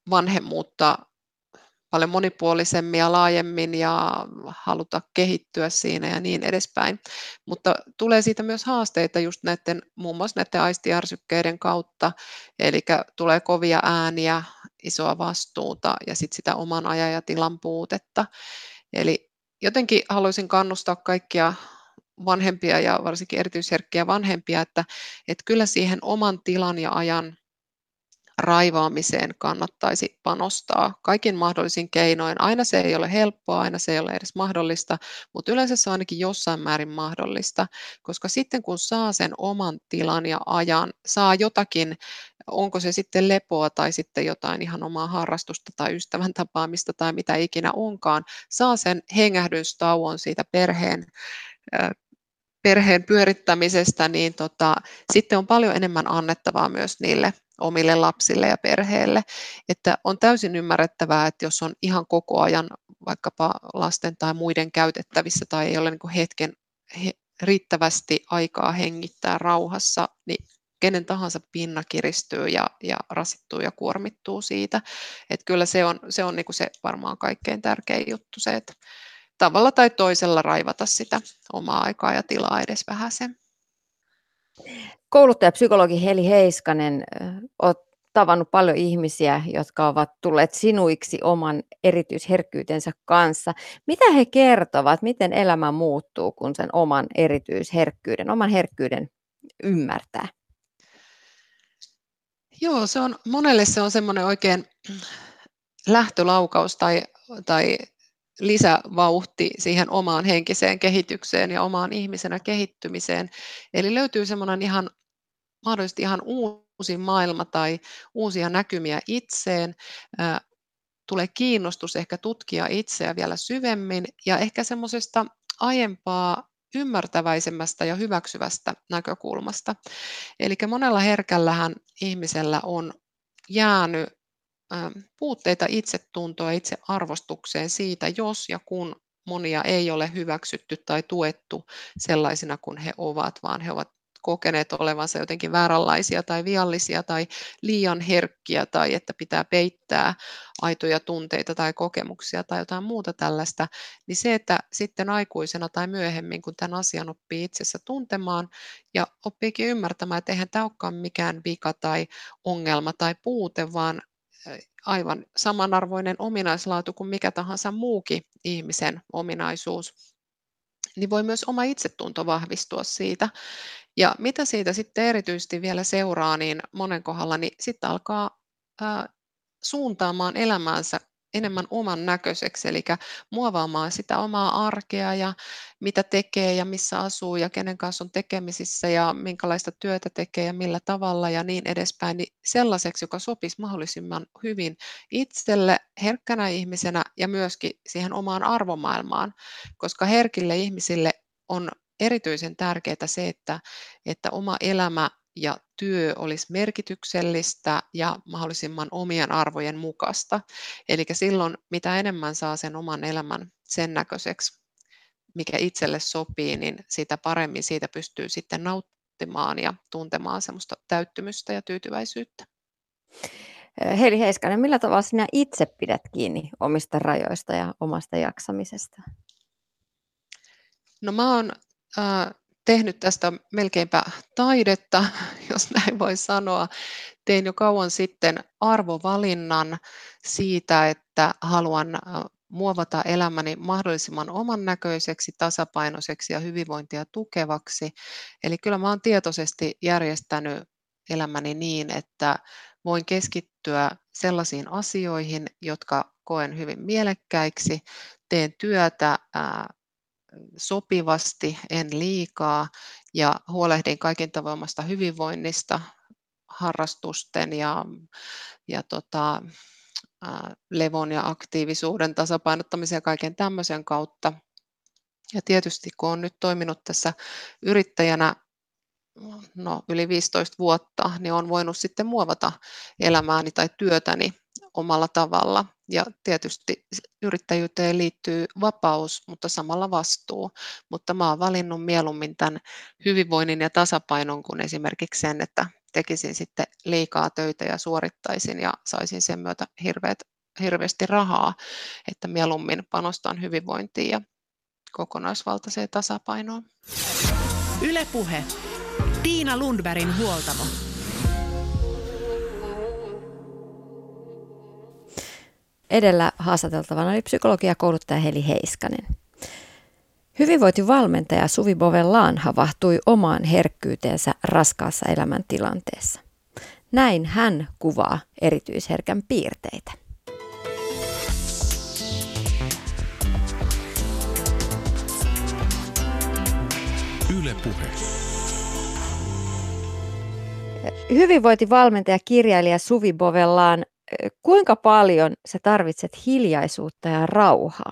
vanhemmuutta paljon monipuolisemmin ja laajemmin ja haluta kehittyä siinä ja niin edespäin. Mutta tulee siitä myös haasteita just näiden, muun muassa näiden aistiärsykkeiden kautta, eli tulee kovia ääniä, isoa vastuuta ja sitten sitä oman ajan ja tilan puutetta. Eli jotenkin haluaisin kannustaa kaikkia vanhempia ja varsinkin erityisherkkiä vanhempia, että, että kyllä siihen oman tilan ja ajan raivaamiseen kannattaisi panostaa kaikin mahdollisin keinoin. Aina se ei ole helppoa, aina se ei ole edes mahdollista, mutta yleensä se on ainakin jossain määrin mahdollista, koska sitten kun saa sen oman tilan ja ajan, saa jotakin, onko se sitten lepoa tai sitten jotain ihan omaa harrastusta tai ystävän tapaamista tai mitä ikinä onkaan, saa sen hengähdystauon siitä perheen perheen pyörittämisestä, niin tota, sitten on paljon enemmän annettavaa myös niille omille lapsille ja perheelle. Että on täysin ymmärrettävää, että jos on ihan koko ajan vaikkapa lasten tai muiden käytettävissä tai ei ole niin kuin hetken he, riittävästi aikaa hengittää rauhassa, niin kenen tahansa pinna kiristyy ja, ja rasittuu ja kuormittuu siitä. Että kyllä se on, se on niin kuin se varmaan kaikkein tärkein juttu se, että tavalla tai toisella raivata sitä omaa aikaa ja tilaa edes vähäsen. Kouluttaja psykologi Heli Heiskanen, olet tavannut paljon ihmisiä, jotka ovat tulleet sinuiksi oman erityisherkkyytensä kanssa. Mitä he kertovat, miten elämä muuttuu, kun sen oman erityisherkkyyden, oman herkkyyden ymmärtää? Joo, se on, monelle se on semmoinen oikein lähtölaukaus tai, tai lisävauhti siihen omaan henkiseen kehitykseen ja omaan ihmisenä kehittymiseen. Eli löytyy semmoinen ihan mahdollisesti ihan uusi maailma tai uusia näkymiä itseen. Tulee kiinnostus ehkä tutkia itseä vielä syvemmin ja ehkä semmoisesta aiempaa ymmärtäväisemmästä ja hyväksyvästä näkökulmasta. Eli monella herkällähän ihmisellä on jäänyt puutteita itsetuntoa, itsearvostukseen siitä, jos ja kun monia ei ole hyväksytty tai tuettu sellaisina kuin he ovat, vaan he ovat kokeneet olevansa jotenkin vääränlaisia tai viallisia tai liian herkkiä tai että pitää peittää aitoja tunteita tai kokemuksia tai jotain muuta tällaista, niin se, että sitten aikuisena tai myöhemmin, kun tämän asian oppii itsessä tuntemaan ja oppiikin ymmärtämään, että eihän tämä olekaan mikään vika tai ongelma tai puute, vaan aivan samanarvoinen ominaislaatu kuin mikä tahansa muukin ihmisen ominaisuus, niin voi myös oma itsetunto vahvistua siitä. Ja mitä siitä sitten erityisesti vielä seuraa, niin monen kohdalla, niin sitten alkaa ää, suuntaamaan elämäänsä enemmän oman näköiseksi, eli muovaamaan sitä omaa arkea ja mitä tekee ja missä asuu ja kenen kanssa on tekemisissä ja minkälaista työtä tekee ja millä tavalla ja niin edespäin, niin sellaiseksi, joka sopisi mahdollisimman hyvin itselle herkkänä ihmisenä ja myöskin siihen omaan arvomaailmaan, koska herkille ihmisille on erityisen tärkeää se, että, että oma elämä ja työ olisi merkityksellistä ja mahdollisimman omien arvojen mukaista. Eli silloin mitä enemmän saa sen oman elämän sen näköiseksi, mikä itselle sopii, niin sitä paremmin siitä pystyy sitten nauttimaan ja tuntemaan semmoista täyttymystä ja tyytyväisyyttä. Heli Heiskanen, millä tavalla sinä itse pidät kiinni omista rajoista ja omasta jaksamisesta? No mä oon äh, tehnyt tästä melkeinpä taidetta, jos näin voi sanoa. Tein jo kauan sitten arvovalinnan siitä, että haluan äh, muovata elämäni mahdollisimman oman näköiseksi, tasapainoiseksi ja hyvinvointia tukevaksi. Eli kyllä mä oon tietoisesti järjestänyt elämäni niin, että voin keskittyä sellaisiin asioihin, jotka koen hyvin mielekkäiksi. Teen työtä ää, sopivasti, en liikaa ja huolehdin kaikin tavoin omasta hyvinvoinnista, harrastusten ja, ja tota, ää, levon ja aktiivisuuden tasapainottamisen ja kaiken tämmöisen kautta. Ja tietysti kun olen nyt toiminut tässä yrittäjänä no, yli viisitoista vuotta, niin olen voinut sitten muovata elämääni tai työtäni omalla tavalla. Ja tietysti yrittäjyyteen liittyy vapaus, mutta samalla vastuu. Mutta mä oon valinnut mieluummin tämän hyvinvoinnin ja tasapainon kuin esimerkiksi sen, että tekisin sitten liikaa töitä ja suorittaisin ja saisin sen myötä hirveät, hirveästi rahaa, että mieluummin panostan hyvinvointiin ja kokonaisvaltaiseen tasapainoon. Yle Puhe. Tiina Lundbergin huoltamo. Edellä haastateltavana oli psykologiakouluttaja Heli Heiskanen. Hyvinvointivalmentaja Suvi Bovellaan havahtui omaan herkkyyteensä raskaassa elämäntilanteessa. Näin hän kuvaa erityisherkän piirteitä. Yle Puhe. Hyvinvointivalmentaja, kirjailija Suvi Bovellaan, kuinka paljon sä tarvitset hiljaisuutta ja rauhaa?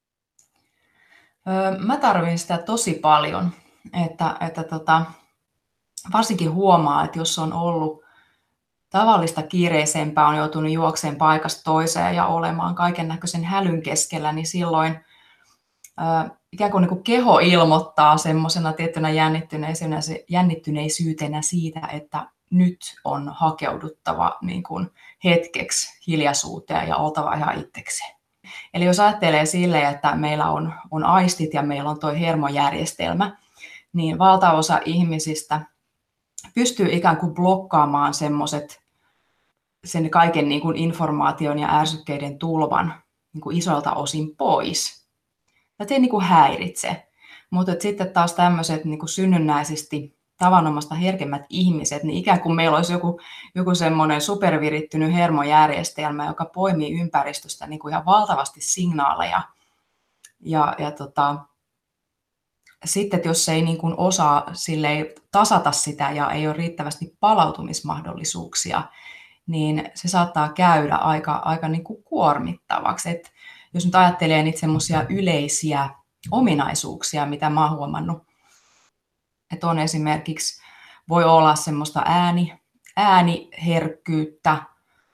Öö, mä tarvitsen sitä tosi paljon, että, että tota, varsinkin huomaa, että jos on ollut tavallista kiireisempää, on joutunut juokseen paikasta toiseen ja olemaan kaiken näköisen hälyn keskellä, niin silloin öö, ikään kuin, niin kuin keho ilmoittaa semmoisena tiettynä jännittyneisyytenä siitä, että nyt on hakeuduttava niin kuin hetkeksi hiljaisuuteen ja oltava ihan itsekseen. Eli jos ajattelee silleen, että meillä on, on aistit ja meillä on tuo hermojärjestelmä, niin valtaosa ihmisistä pystyy ikään kuin blokkaamaan semmoiset sen kaiken niin kuin informaation ja ärsykkeiden tulvan niin kuin isolta osin pois. Tämä ei niin kuin häiritse, mutta sitten taas tämmöiset niin kuin synnynnäisesti tavanomaista herkemmät ihmiset, niin ikään kuin meillä olisi joku, joku semmoinen supervirittynyt hermojärjestelmä, joka poimii ympäristöstä niin kuin ihan valtavasti signaaleja. Ja, ja tota, sitten, että jos ei niin kuin osaa silleen tasata sitä ja ei ole riittävästi palautumismahdollisuuksia, niin se saattaa käydä aika, aika niin kuin kuormittavaksi. Et jos nyt ajattelee niitä semmoisia yleisiä ominaisuuksia, mitä mä oon huomannut, että on esimerkiksi, voi olla semmoista ääni, ääniherkkyyttä,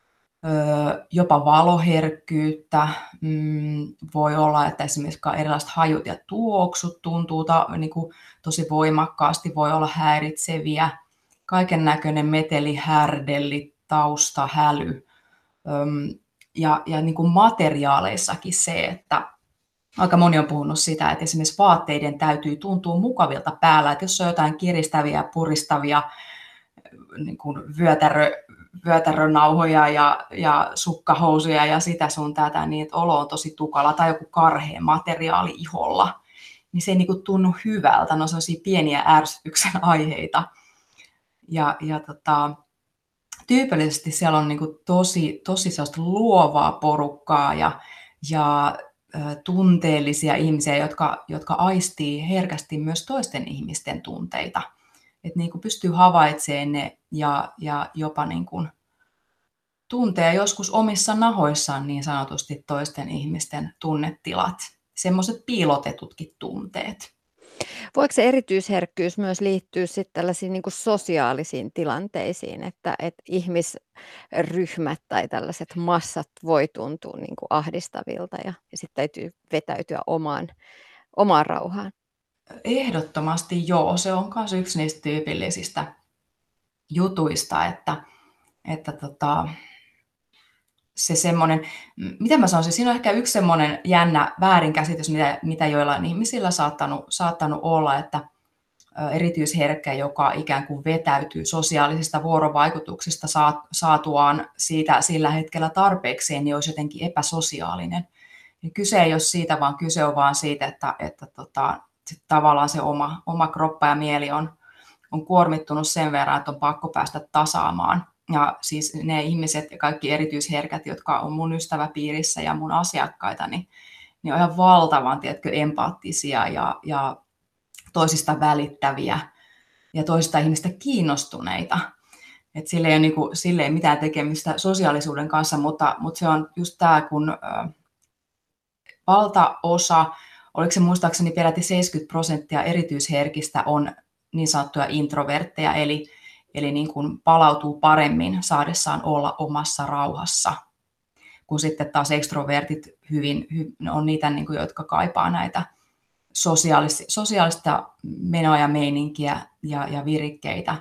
jopa valoherkkyyttä, voi olla, että esimerkiksi erilaiset hajut ja tuoksut tuntuu niin kuin tosi voimakkaasti, voi olla häiritseviä, kaiken näköinen meteli, härdelli, tausta, häly ja, ja niin kuin materiaaleissakin se, että aika moni on puhunut sitä, että esimerkiksi vaatteiden täytyy tuntua mukavilta päällä, että jos on jotain kiristäviä, puristavia niin kuin vyötärö, vyötärönauhoja ja, ja sukkahousuja ja sitä sun tätä, niin että olo on tosi tukala tai joku karhea materiaali iholla, niin se ei niin kuin tunnu hyvältä, ne on sellaisia pieniä ärsytyksen aiheita. Ja, ja tota, tyypillisesti siellä on niin kuin tosi, tosi sellaista luovaa porukkaa ja, ja tunteellisia ihmisiä, jotka, jotka aistii herkästi myös toisten ihmisten tunteita. Että niin kuin pystyy havaitsemaan ne ja, ja jopa niin kuin tuntee joskus omissa nahoissaan niin sanotusti toisten ihmisten tunnetilat. Semmoiset piilotetutkin tunteet. Voiko se erityisherkkyys myös liittyä sitten tällaisiin niin kuin sosiaalisiin tilanteisiin, että, että ihmisryhmät tai tällaiset massat voi tuntua niin kuin ahdistavilta ja, ja sitten täytyy vetäytyä omaan, omaan rauhaan? Ehdottomasti joo. Se on myös yksi niistä tyypillisistä jutuista, että, että tota, se semmoinen, mitä mä sanoisin, siinä on ehkä yksi semmoinen jännä väärinkäsitys, mitä, mitä joillain ihmisillä saattanut, saattanut olla, että erityisherkkä, joka ikään kuin vetäytyy sosiaalisista vuorovaikutuksista saatuaan siitä sillä hetkellä tarpeekseen, niin olisi jotenkin epäsosiaalinen. Ja kyse ei ole siitä, vaan kyse on vaan siitä, että, että tota, sit tavallaan se oma, oma kroppa ja mieli on, on kuormittunut sen verran, että on pakko päästä tasaamaan. Ja siis ne ihmiset ja kaikki erityisherkät, jotka on mun ystäväpiirissä ja mun asiakkaita, niin, niin on ihan valtavan, tiedätkö, empaattisia ja, ja toisista välittäviä ja toisista ihmistä kiinnostuneita. Et sille ei ole niin kuin, sille ei mitään tekemistä sosiaalisuuden kanssa, mutta, mutta se on just tämä, kun ö, valtaosa, oliko se muistaakseni peräti seitsemänkymmentä prosenttia erityisherkistä on niin sanottuja introvertteja, eli Eli niin kuin palautuu paremmin saadessaan olla omassa rauhassa, kun sitten taas ekstrovertit hyvin, on niitä, niin kuin, jotka kaipaa näitä sosiaalista, sosiaalista menoa ja meininkiä ja, ja virikkeitä.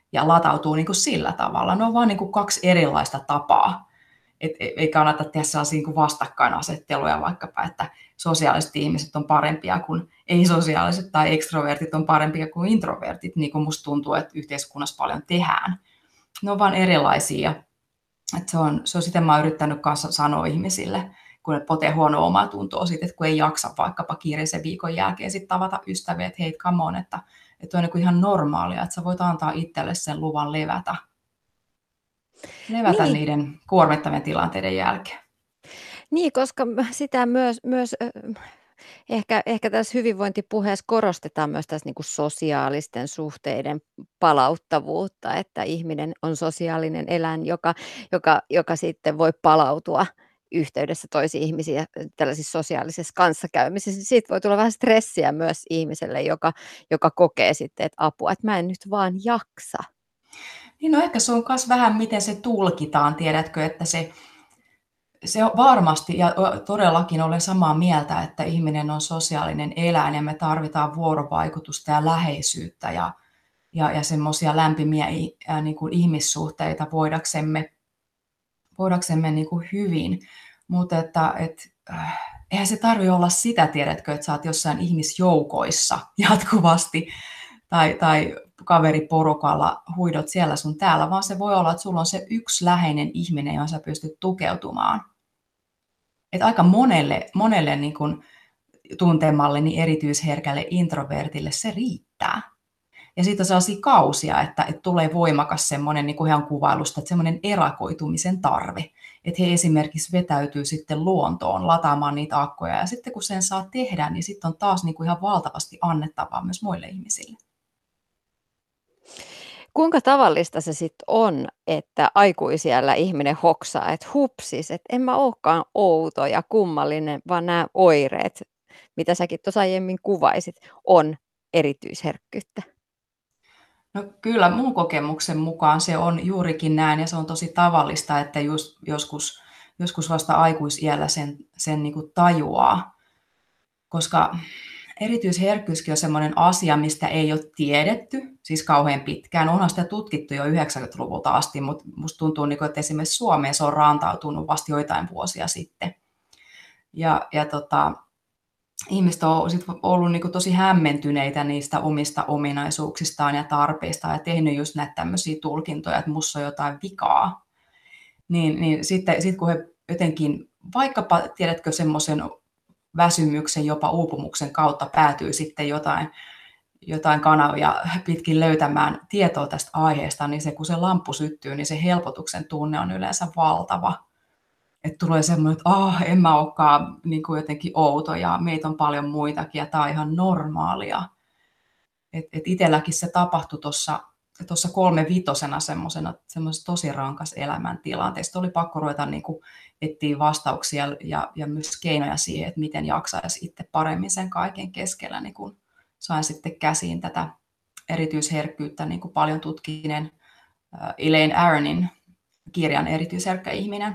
ja latautuu niin kuin sillä tavalla. Ne on vaan niin kuin kaksi erilaista tapaa. Et ei kannata tehdä sellaisia niin kuin vastakkainasetteluja vaikkapa, että sosiaaliset ihmiset on parempia kuin ei-sosiaaliset tai ekstrovertit on parempia kuin introvertit, niin kuin musta tuntuu, että yhteiskunnassa paljon tehdään. Ne on vaan erilaisia. Et se, on, se on sitä mä oon yrittänyt kanssa sanoa ihmisille, kun ne potee huonoa omaa tuntoa siitä, että kun ei jaksa vaikkapa kiireisen viikon jälkeen sit tavata ystäviä, että hei, come on, että, että on niin kuin ihan normaalia, että sä voit antaa itselle sen luvan levätä. Levätä Niin. niiden kuormittavien tilanteiden jälkeen. Niin, koska sitä myös, myös äh, ehkä, ehkä tässä hyvinvointipuheessa korostetaan myös tässä niin kuin sosiaalisten suhteiden palauttavuutta, että ihminen on sosiaalinen eläin, joka, joka, joka sitten voi palautua yhteydessä toisiin ihmisiin tällaisissa sosiaalisissa kanssakäymisissä. Siitä voi tulla vähän stressiä myös ihmiselle, joka, joka kokee sitten, että apua, että mä en nyt vaan jaksa. Niin no ehkä se on myös vähän, miten se tulkitaan, tiedätkö, että se, se on varmasti, ja todellakin olen samaa mieltä, että ihminen on sosiaalinen eläin ja me tarvitaan vuorovaikutusta ja läheisyyttä ja, ja, ja semmoisia lämpimiä ää, niin kuin ihmissuhteita voidaksemme, voidaksemme niin kuin hyvin, mutta että et, äh, eihän se tarvitse olla sitä, tiedätkö, että sä oot jossain ihmisjoukoissa jatkuvasti tai, tai kaveriporukalla huidot siellä sun täällä, vaan se voi olla, että sulla on se yksi läheinen ihminen, johon sä pystyt tukeutumaan. Et aika monelle, monelle niin kun tuntemalleni erityisherkälle introvertille se riittää. Ja siitä on sellaisia kausia, että, että tulee voimakas semmoinen, niin kuin ihan kuvailusta, että semmoinen erakoitumisen tarve. Että he esimerkiksi vetäytyy sitten luontoon lataamaan niitä akkoja. Ja sitten kun sen saa tehdä, niin sitten on taas niin kuin ihan valtavasti annettavaa myös muille ihmisille. Kuinka tavallista se sitten on, että aikuisiällä ihminen hoksaa, että hupsis, että en mä olekaan outo ja kummallinen, vaan nämä oireet, mitä säkin tuossa aiemmin kuvaisit, on erityisherkkyyttä? No kyllä mun kokemuksen mukaan se on juurikin näin ja se on tosi tavallista, että just joskus, joskus vasta aikuisiällä sen, sen niin kuin tajuaa, koska erityisherkkyyskin on sellainen asia, mistä ei ole tiedetty, siis kauhean pitkään. Onhan sitä tutkittu jo yhdeksänkymmentäluvulta asti, mutta musta tuntuu, että esimerkiksi Suomeen se on rantautunut vasta joitain vuosia sitten. Ja, ja tota, ihmiset on sit ollut niin kuin tosi hämmentyneitä niistä omista ominaisuuksistaan ja tarpeistaan ja tehnyt just näitä tämmöisiä tulkintoja, että musta on jotain vikaa. Niin, niin sitten sit kun he jotenkin, vaikkapa tiedätkö semmoisen väsymyksen, jopa uupumuksen kautta päätyy sitten jotain, jotain kanavia pitkin löytämään tietoa tästä aiheesta, niin se kun se lamppu syttyy, niin se helpotuksen tunne on yleensä valtava. Että tulee semmoinen, että ah, en mä olekaan niin kuin jotenkin outo ja meitä on paljon muitakin ja tämä on ihan normaalia. Että et itselläkin se tapahtui tuossa tuossa kolme vitosena semmoisena tosi rankas elämäntilanteessa. Oli pakko ruveta niin kuin etsiä vastauksia ja, ja myös keinoja siihen, että miten jaksaisi itse paremmin sen kaiken keskellä, niin kun sain sitten käsiin tätä erityisherkkyyttä niin kuin paljon tutkineen Elaine Aronin kirjan Erityisherkkä ihminen.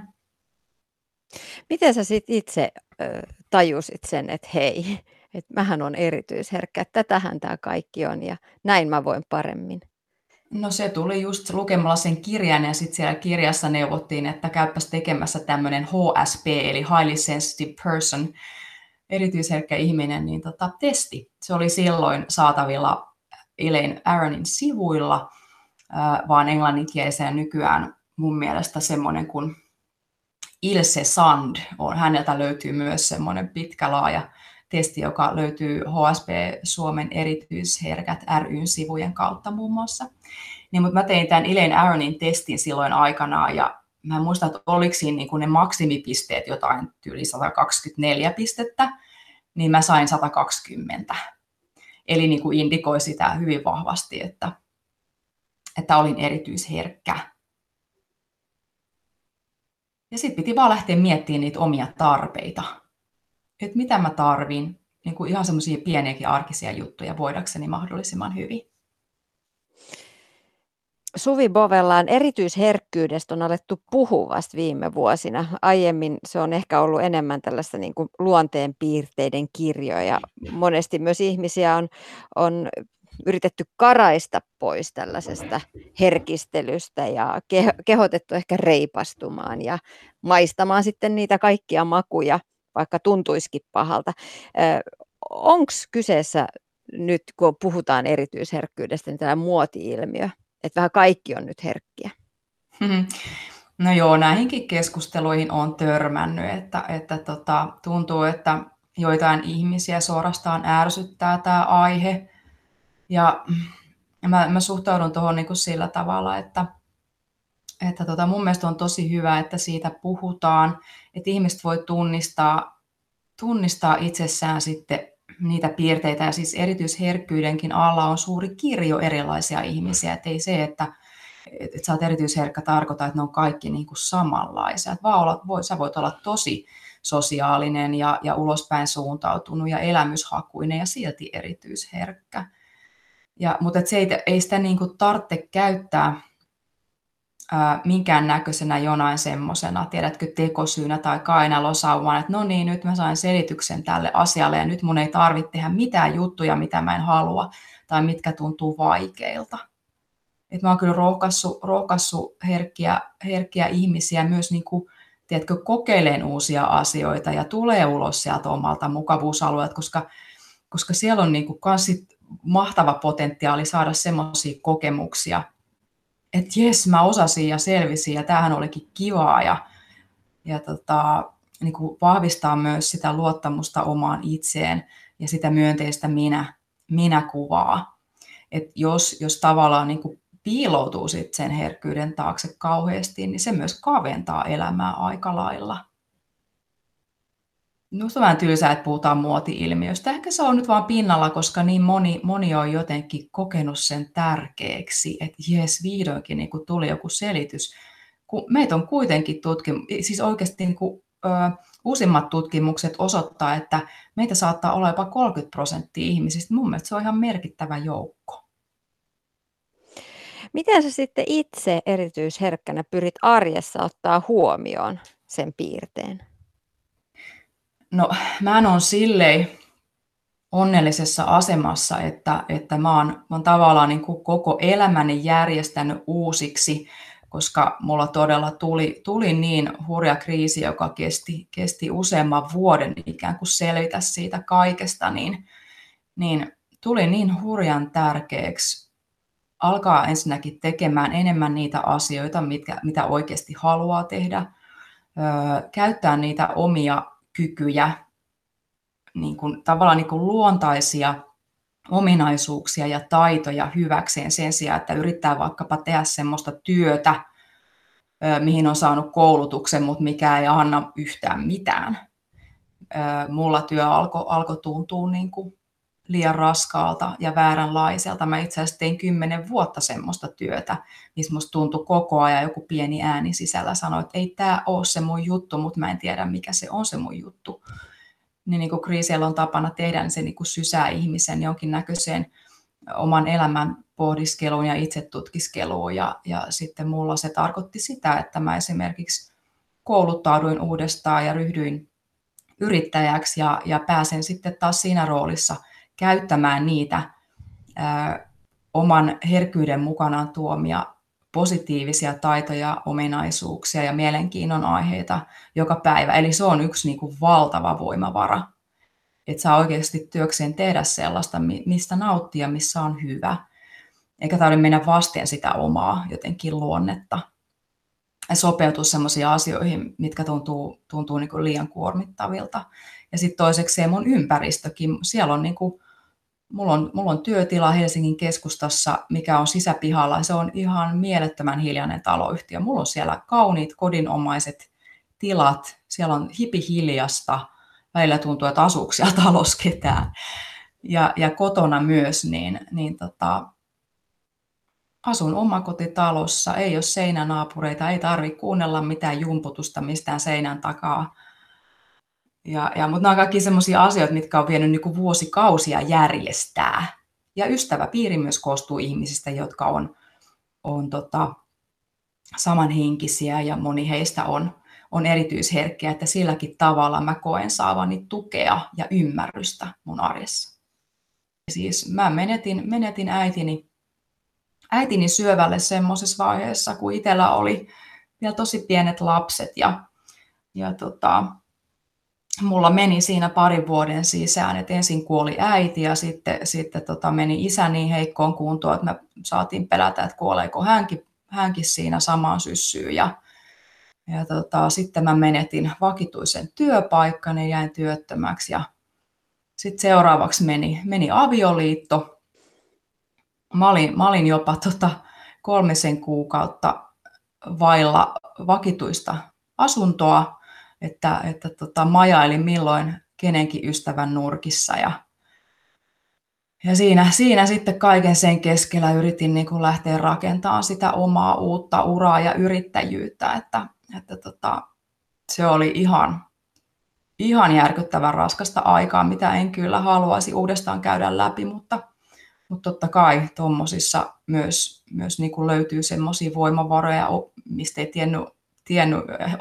Miten sä sit itse äh, tajusit sen, että hei, että mähän on erityisherkkä, että tätähän tämä kaikki on ja näin mä voin paremmin? No se tuli just lukemalla sen kirjan ja sitten siellä kirjassa neuvottiin, että käypäs tekemässä tämmöinen H S P eli Highly Sensitive Person, erityisherkkä ihminen, niin tota, testi. Se oli silloin saatavilla Elaine Aronin sivuilla, äh, vaan englanninkielisenä nykyään mun mielestä semmoinen kuin Ilse Sand on. Häneltä löytyy myös semmoinen pitkä laaja testi, joka löytyy H S P Suomen erityisherkät ry:n sivujen kautta muun muassa. Niin, mutta mä tein tämän Elaine Aronin testin silloin aikanaan ja mä en muista, että oliko siinä niin kuin ne maksimipisteet jotain yli sata kaksikymmentäneljä pistettä, niin mä sain sata kaksikymmentä. Eli niin kuin indikoi sitä hyvin vahvasti, että, että olin erityisherkkä. Ja sitten piti vaan lähteä miettimään niitä omia tarpeita. Että mitä mä tarvin, niin kuin ihan semmoisia pieniäkin arkisia juttuja voidakseni mahdollisimman hyvin. Suvi Bovellaan erityisherkkyydestä on alettu puhua vasta viime vuosina. Aiemmin se on ehkä ollut enemmän tällaista niin kuin luonteenpiirteiden kirjoja. Monesti myös ihmisiä on, on yritetty karaista pois tällaisesta herkistelystä ja kehotettu ehkä reipastumaan ja maistamaan sitten niitä kaikkia makuja, vaikka tuntuisikin pahalta. Onko kyseessä nyt, kun puhutaan erityisherkkyydestä, niin tämä muoti-ilmiö, että vähän kaikki on nyt herkkiä? No joo, näihinkin keskusteluihin on törmännyt, että, että tota, tuntuu, että joitain ihmisiä suorastaan ärsyttää tämä aihe. Ja mä, mä suhtaudun tuohon niin kuin sillä tavalla, että, että tota, mun mielestä on tosi hyvä, että siitä puhutaan, että ihmiset voi tunnistaa, tunnistaa itsessään sitten niitä piirteitä. Ja siis erityisherkkyydenkin alla on suuri kirjo erilaisia ihmisiä, että ei se, että että sä oot erityisherkkä tarkoita, että ne on kaikki niin kuin samanlaisia. Että vaan olla, voi, sä voit olla tosi sosiaalinen ja, ja ulospäin suuntautunut ja elämyshakuinen ja silti erityisherkkä. Ja, mutta et se ei, ei sitä niin kuin tarvitse käyttää ää, minkään näköisenä jonain semmosena, tiedätkö, tekosyynä tai kainalosaumaan, että no niin, nyt mä sain selityksen tälle asialle ja nyt mun ei tarvitse tehdä mitään juttuja, mitä mä en halua tai mitkä tuntuu vaikeilta. Että mä oon kyllä rohkaissut, rohkaissut herkkiä, herkkiä ihmisiä myös niin kuin, tiedätkö, kokeilemaan uusia asioita ja tulee ulos sieltä omalta mukavuusalueelta, koska, koska siellä on niin kuin kans sit mahtava potentiaali saada semmoisia kokemuksia, että jes, mä osasin ja selvisin ja tämähän olikin kivaa ja, ja tota, niin kuin vahvistaa myös sitä luottamusta omaan itseen ja sitä myönteistä minä, minäkuvaa. Että jos, jos tavallaan niin kuin piiloutuu sitten sen herkkyyden taakse kauheasti, niin se myös kaventaa elämää aika lailla. Minusta on vähän tylsää, että puhutaan muoti-ilmiöstä. Ehkä se on nyt vaan pinnalla, koska niin moni, moni on jotenkin kokenut sen tärkeäksi, että jes, vihdoinkin niin kun tuli joku selitys. Kun meitä on kuitenkin tutkimus, siis oikeasti niin kun, ö, uusimmat tutkimukset osoittaa, että meitä saattaa olla jopa kolmekymmentä prosenttia ihmisistä. Mun mielestä se on ihan merkittävä joukko. Miten sä sitten itse erityisherkkänä pyrit arjessa ottaa huomioon sen piirteen? No, mä oon silleen onnellisessa asemassa, että, että mä, oon, mä oon tavallaan niin kuin koko elämäni järjestänyt uusiksi, koska mulla todella tuli, tuli niin hurja kriisi, joka kesti, kesti useamman vuoden ikään kuin selvitä siitä kaikesta, niin, niin tuli niin hurjan tärkeäksi alkaa ensinnäkin tekemään enemmän niitä asioita, mitkä, mitä oikeasti haluaa tehdä, öö, käyttää niitä omia kykyjä, niin kuin, tavallaan niin kuin luontaisia ominaisuuksia ja taitoja hyväkseen sen sijaan, että yrittää vaikkapa tehdä semmoista työtä, öö, mihin on saanut koulutuksen, mutta mikä ei anna yhtään mitään. Öö, mulla työ alkoi alko tuntua niin kuin liian raskaalta ja vääränlaiselta. Mä itse asiassa tein kymmenen vuotta semmoista työtä, missä musta tuntui koko ajan joku pieni ääni sisällä sanoi, että ei tämä ole se mun juttu, mutta mä en tiedä mikä se on se mun juttu. Niin, niin kuin kriiseillä on tapana tehdä, niin se niin kuin sysää ihmisen jonkinnäköiseen oman elämän pohdiskeluun ja itsetutkiskeluun. Ja, ja sitten mulla se tarkoitti sitä, että mä esimerkiksi kouluttauduin uudestaan ja ryhdyin yrittäjäksi ja, ja pääsen sitten taas siinä roolissa käyttämään niitä ää, oman herkkyyden mukanaan tuomia positiivisia taitoja, ominaisuuksia ja mielenkiinnon aiheita joka päivä. Eli se on yksi niin kuin valtava voimavara, että saa oikeasti työkseen tehdä sellaista, mistä nauttii ja missä on hyvä. Eikä tarvitse mennä vasten sitä omaa jotenkin luonnetta ja sopeutua sellaisiin asioihin, mitkä tuntuu, tuntuu niin kuin liian kuormittavilta. Ja sitten toisekseen mun ympäristökin, siellä on niin kuin, mulla on, mulla on työtila Helsingin keskustassa, mikä on sisäpihalla. Se on ihan mielettömän hiljainen taloyhtiö. Mulla on siellä kauniit kodinomaiset tilat, siellä on hipihiljasta, välillä tuntuu, että asuuko siellä talossa ketään. Ja, ja kotona myös, niin, niin tota, asun omakotitalossa, ei ole seinänaapureita, ei tarvitse kuunnella mitään jumputusta mistään seinän takaa. Ja, ja, mutta nämä on kaikki sellaisia asioita, mitkä on vienyt niin kuin vuosikausia järjestää. Ja ystäväpiiri myös koostuu ihmisistä, jotka on, on tota, samanhenkisiä ja moni heistä on, on erityisherkkiä, että silläkin tavalla mä koen saavani tukea ja ymmärrystä mun arjessa. Siis mä menetin, menetin äitini, äitini syövälle semmoisessa vaiheessa, kun itsellä oli vielä tosi pienet lapset. Ja, ja tota, mulla meni siinä parin vuoden sisään, että ensin kuoli äiti ja sitten, sitten tota meni isä niin heikkoon kuntoon, että me saatiin pelätä, että kuoleeko hänkin, hänkin siinä samaan syssyyn. Ja, ja tota, sitten mä menetin vakituisen työpaikan ja jäin työttömäksi. Ja sitten seuraavaksi meni, meni avioliitto. Mä olin, mä olin jopa tota kolmisen kuukautta vailla vakituista asuntoa, että, että tota, majailin milloin kenenkin ystävän nurkissa. Ja, ja siinä, siinä sitten kaiken sen keskellä yritin niin kuin lähteä rakentamaan sitä omaa uutta uraa ja yrittäjyyttä, että, että tota, se oli ihan, ihan järkyttävän raskasta aikaa, mitä en kyllä haluaisi uudestaan käydä läpi, mutta, mutta totta kai tuommoisissa myös, myös niin kuin löytyy semmoisia voimavaroja, mistä ei tiennyt, tiennyt,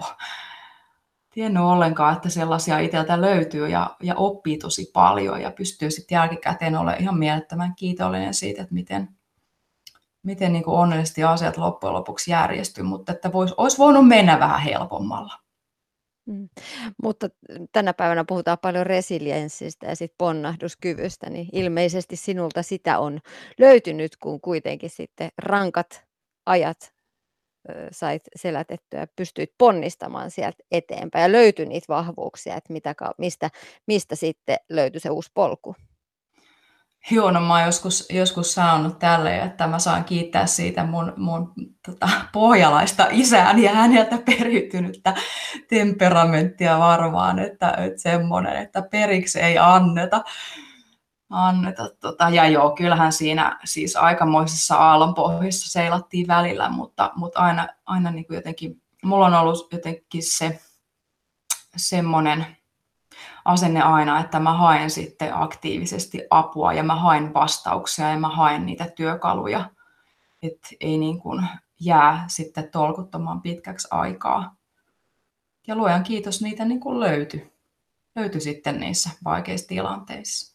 tiennyt ollenkaan, että sellaisia itseltä löytyy ja, ja oppii tosi paljon ja pystyy sitten jälkikäteen olemaan ihan mielettömän kiitollinen siitä, että miten, miten niin kuin onnellisesti asiat loppujen lopuksi järjestyy, mutta että vois, olisi voinut mennä vähän helpommalla. Mm. Mutta tänä päivänä puhutaan paljon resilienssistä ja sit ponnahduskyvystä, niin ilmeisesti sinulta sitä on löytynyt, kun kuitenkin sitten rankat ajat ö, sait selätettyä ja pystyit ponnistamaan sieltä eteenpäin ja löytyi niitä vahvuuksia, että mitä, mistä, mistä sitten löytyi se uusi polku. Joo, no mä oon joskus, joskus sanonut tälleen, että mä saan kiittää siitä mun, mun tota, pohjalaista isääni ja häneltä periytynyttä temperamenttia varmaan, että, että semmoinen, että periksi ei anneta. anneta tota. Ja joo, kyllähän siinä siis aikamoisessa aallonpohjassa seilattiin välillä, mutta, mutta aina, aina niin kuin jotenkin, mulla on ollut jotenkin se semmoinen asenne aina, että mä haen sitten aktiivisesti apua ja mä haen vastauksia ja mä haen niitä työkaluja, että ei niin kuin jää sitten tolkuttoman pitkäksi aikaa. Ja luojan kiitos, niitä niin kuin löytyi. Löytyi sitten niissä vaikeissa tilanteissa.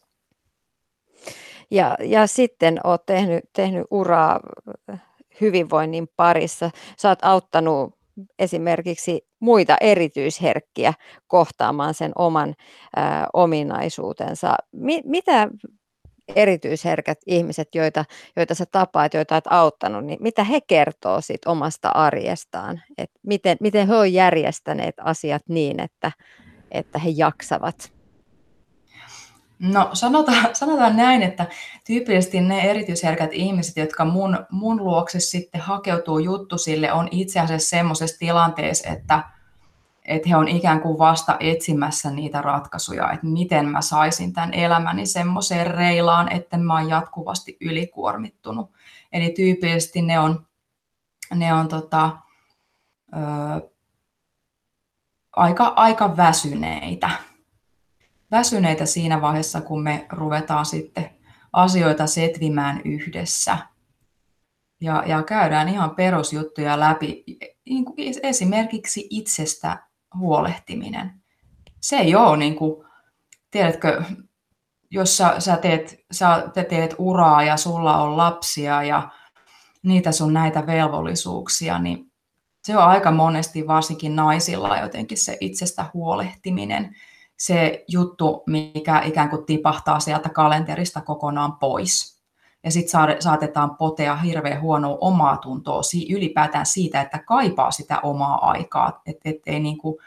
Ja, ja sitten olet tehnyt, tehnyt uraa hyvinvoinnin parissa. Sä oot auttanut esimerkiksi muita erityisherkkiä kohtaamaan sen oman ää, ominaisuutensa. Mi- mitä erityisherkät ihmiset, joita, joita sä tapaat, joita olet auttanut, niin mitä he kertoo siitä omasta arjestaan? Et miten, miten he ovat järjestäneet asiat niin, että, että he jaksavat? No sanotaan, sanotaan näin, että tyypillisesti ne erityisherkät ihmiset, jotka mun, mun luokse sitten hakeutuu juttusille, on itse asiassa semmoisessa tilanteessa, että, että he on ikään kuin vasta etsimässä niitä ratkaisuja, että miten mä saisin tämän elämäni semmoiseen reilaan, että mä oon jatkuvasti ylikuormittunut. Eli tyypillisesti ne on, ne on tota, ö, aika, aika väsyneitä. Väsyneitä siinä vaiheessa, kun me ruvetaan sitten asioita setvimään yhdessä. Ja, ja käydään ihan perusjuttuja läpi. Niin kuin esimerkiksi itsestä huolehtiminen. Se ei ole, niin kuin, tiedätkö, jos sä, sä, teet, sä teet uraa ja sulla on lapsia ja niitä sun näitä velvollisuuksia, niin se on aika monesti varsinkin naisilla jotenkin se itsestä huolehtiminen. Se juttu, mikä ikään kuin tipahtaa sieltä kalenterista kokonaan pois. Ja sitten saatetaan potea hirveän huonoa omaa tuntoa ylipäätään siitä, että kaipaa sitä omaa aikaa. Että et ei niinku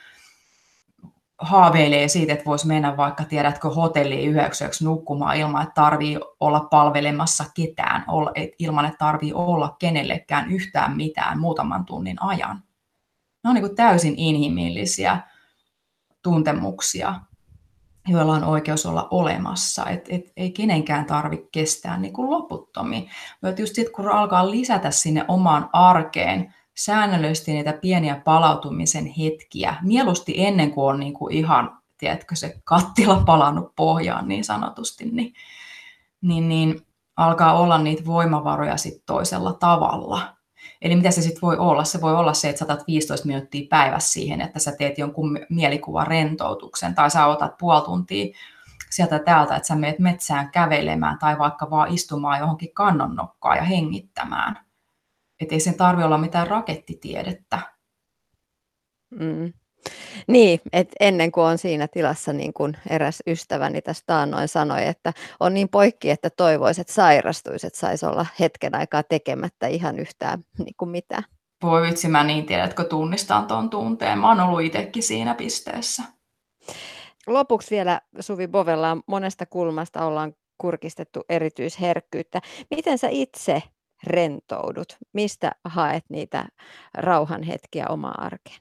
haaveilee siitä, että voisi mennä vaikka, tiedätkö, hotelliin yhdeksi yöksi nukkumaan ilman, että tarvii olla palvelemassa ketään, ilman, että tarvii olla kenellekään yhtään mitään muutaman tunnin ajan. Ne on niinku täysin inhimillisiä tuntemuksia, joilla on oikeus olla olemassa. Et, et, ei kenenkään tarvitse kestää niin kuin loputtomiin. Mutta just sitten, kun alkaa lisätä sinne omaan arkeen säännöllisesti niitä pieniä palautumisen hetkiä, mieluusti ennen kuin on niin kuin ihan, tiedätkö, se kattila palannut pohjaan niin sanotusti, niin, niin, niin alkaa olla niitä voimavaroja sitten toisella tavalla. Eli mitä se sitten voi olla? Se voi olla se, että sä otat viisitoista minuuttia päivässä siihen, että sä teet jonkun mielikuvan rentoutuksen, tai sä otat puoli tuntia sieltä täältä, että sä meet metsään kävelemään tai vaikka vaan istumaan johonkin kannonnokkaan ja hengittämään. Että ei sen tarvitse olla mitään rakettitiedettä. Mm. Niin, että ennen kuin on siinä tilassa, niin kuin eräs ystäväni tästä taannoin sanoi, että on niin poikki, että toivoisi, että sairastuisi, että saisi olla hetken aikaa tekemättä ihan yhtään niin kuin mitään. Voi vitsi, mä niin tiedätkö, tunnistan tuon tunteen. Mä oon ollut itsekin siinä pisteessä. Lopuksi vielä, Suvi Bovellaan, monesta kulmasta ollaan kurkistettu erityisherkkyyttä. Miten sä itse rentoudut? Mistä haet niitä rauhan hetkiä omaan arkeen?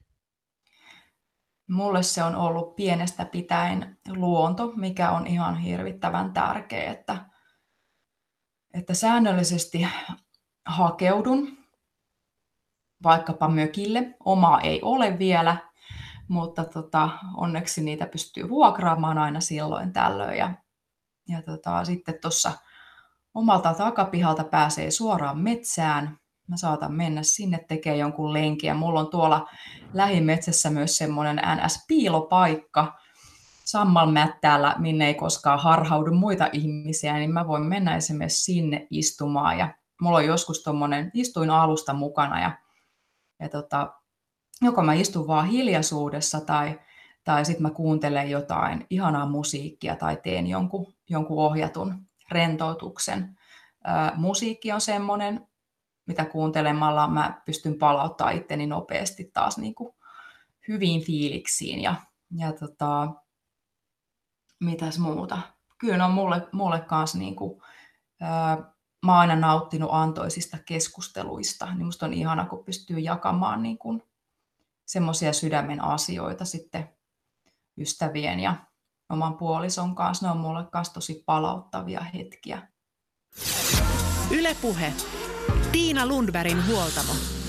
Mulle se on ollut pienestä pitäen luonto, mikä on ihan hirvittävän tärkeä, että, että säännöllisesti hakeudun vaikkapa mökille. Omaa ei ole vielä, mutta tota, onneksi niitä pystyy vuokraamaan aina silloin tällöin. Ja, ja tota, sitten tuossa omalta takapihalta pääsee suoraan metsään. Mä saatan mennä sinne tekemään jonkun lenkin. Ja mulla on tuolla lähimetsässä myös semmoinen N S-piilopaikka sammalmättäällä, minne ei koskaan harhaudu muita ihmisiä, niin mä voin mennä esimerkiksi sinne istumaan. Ja mulla on joskus tommonen istuinalusta mukana ja, ja tota, joko mä istun vaan hiljaisuudessa tai, tai sitten mä kuuntelen jotain ihanaa musiikkia tai teen jonkun, jonkun ohjatun rentoutuksen. Ää, musiikki on semmoinen, mitä kuuntelemalla mä pystyn palauttamaan itteni nopeasti taas niin kuin hyviin fiiliksiin. Ja, ja tota, mitäs muuta? Kyllä ne on mulle, mulle kanssa, niin kuin, ää, mä oon aina nauttinut antoisista keskusteluista. Niin musta on ihana, kun pystyy jakamaan niin kuin semmoisia sydämen asioita sitten ystävien ja oman puolison kanssa. Ne on mulle kanssa tosi palauttavia hetkiä. Yle Puhe. Tiina Lundbergin huoltamo.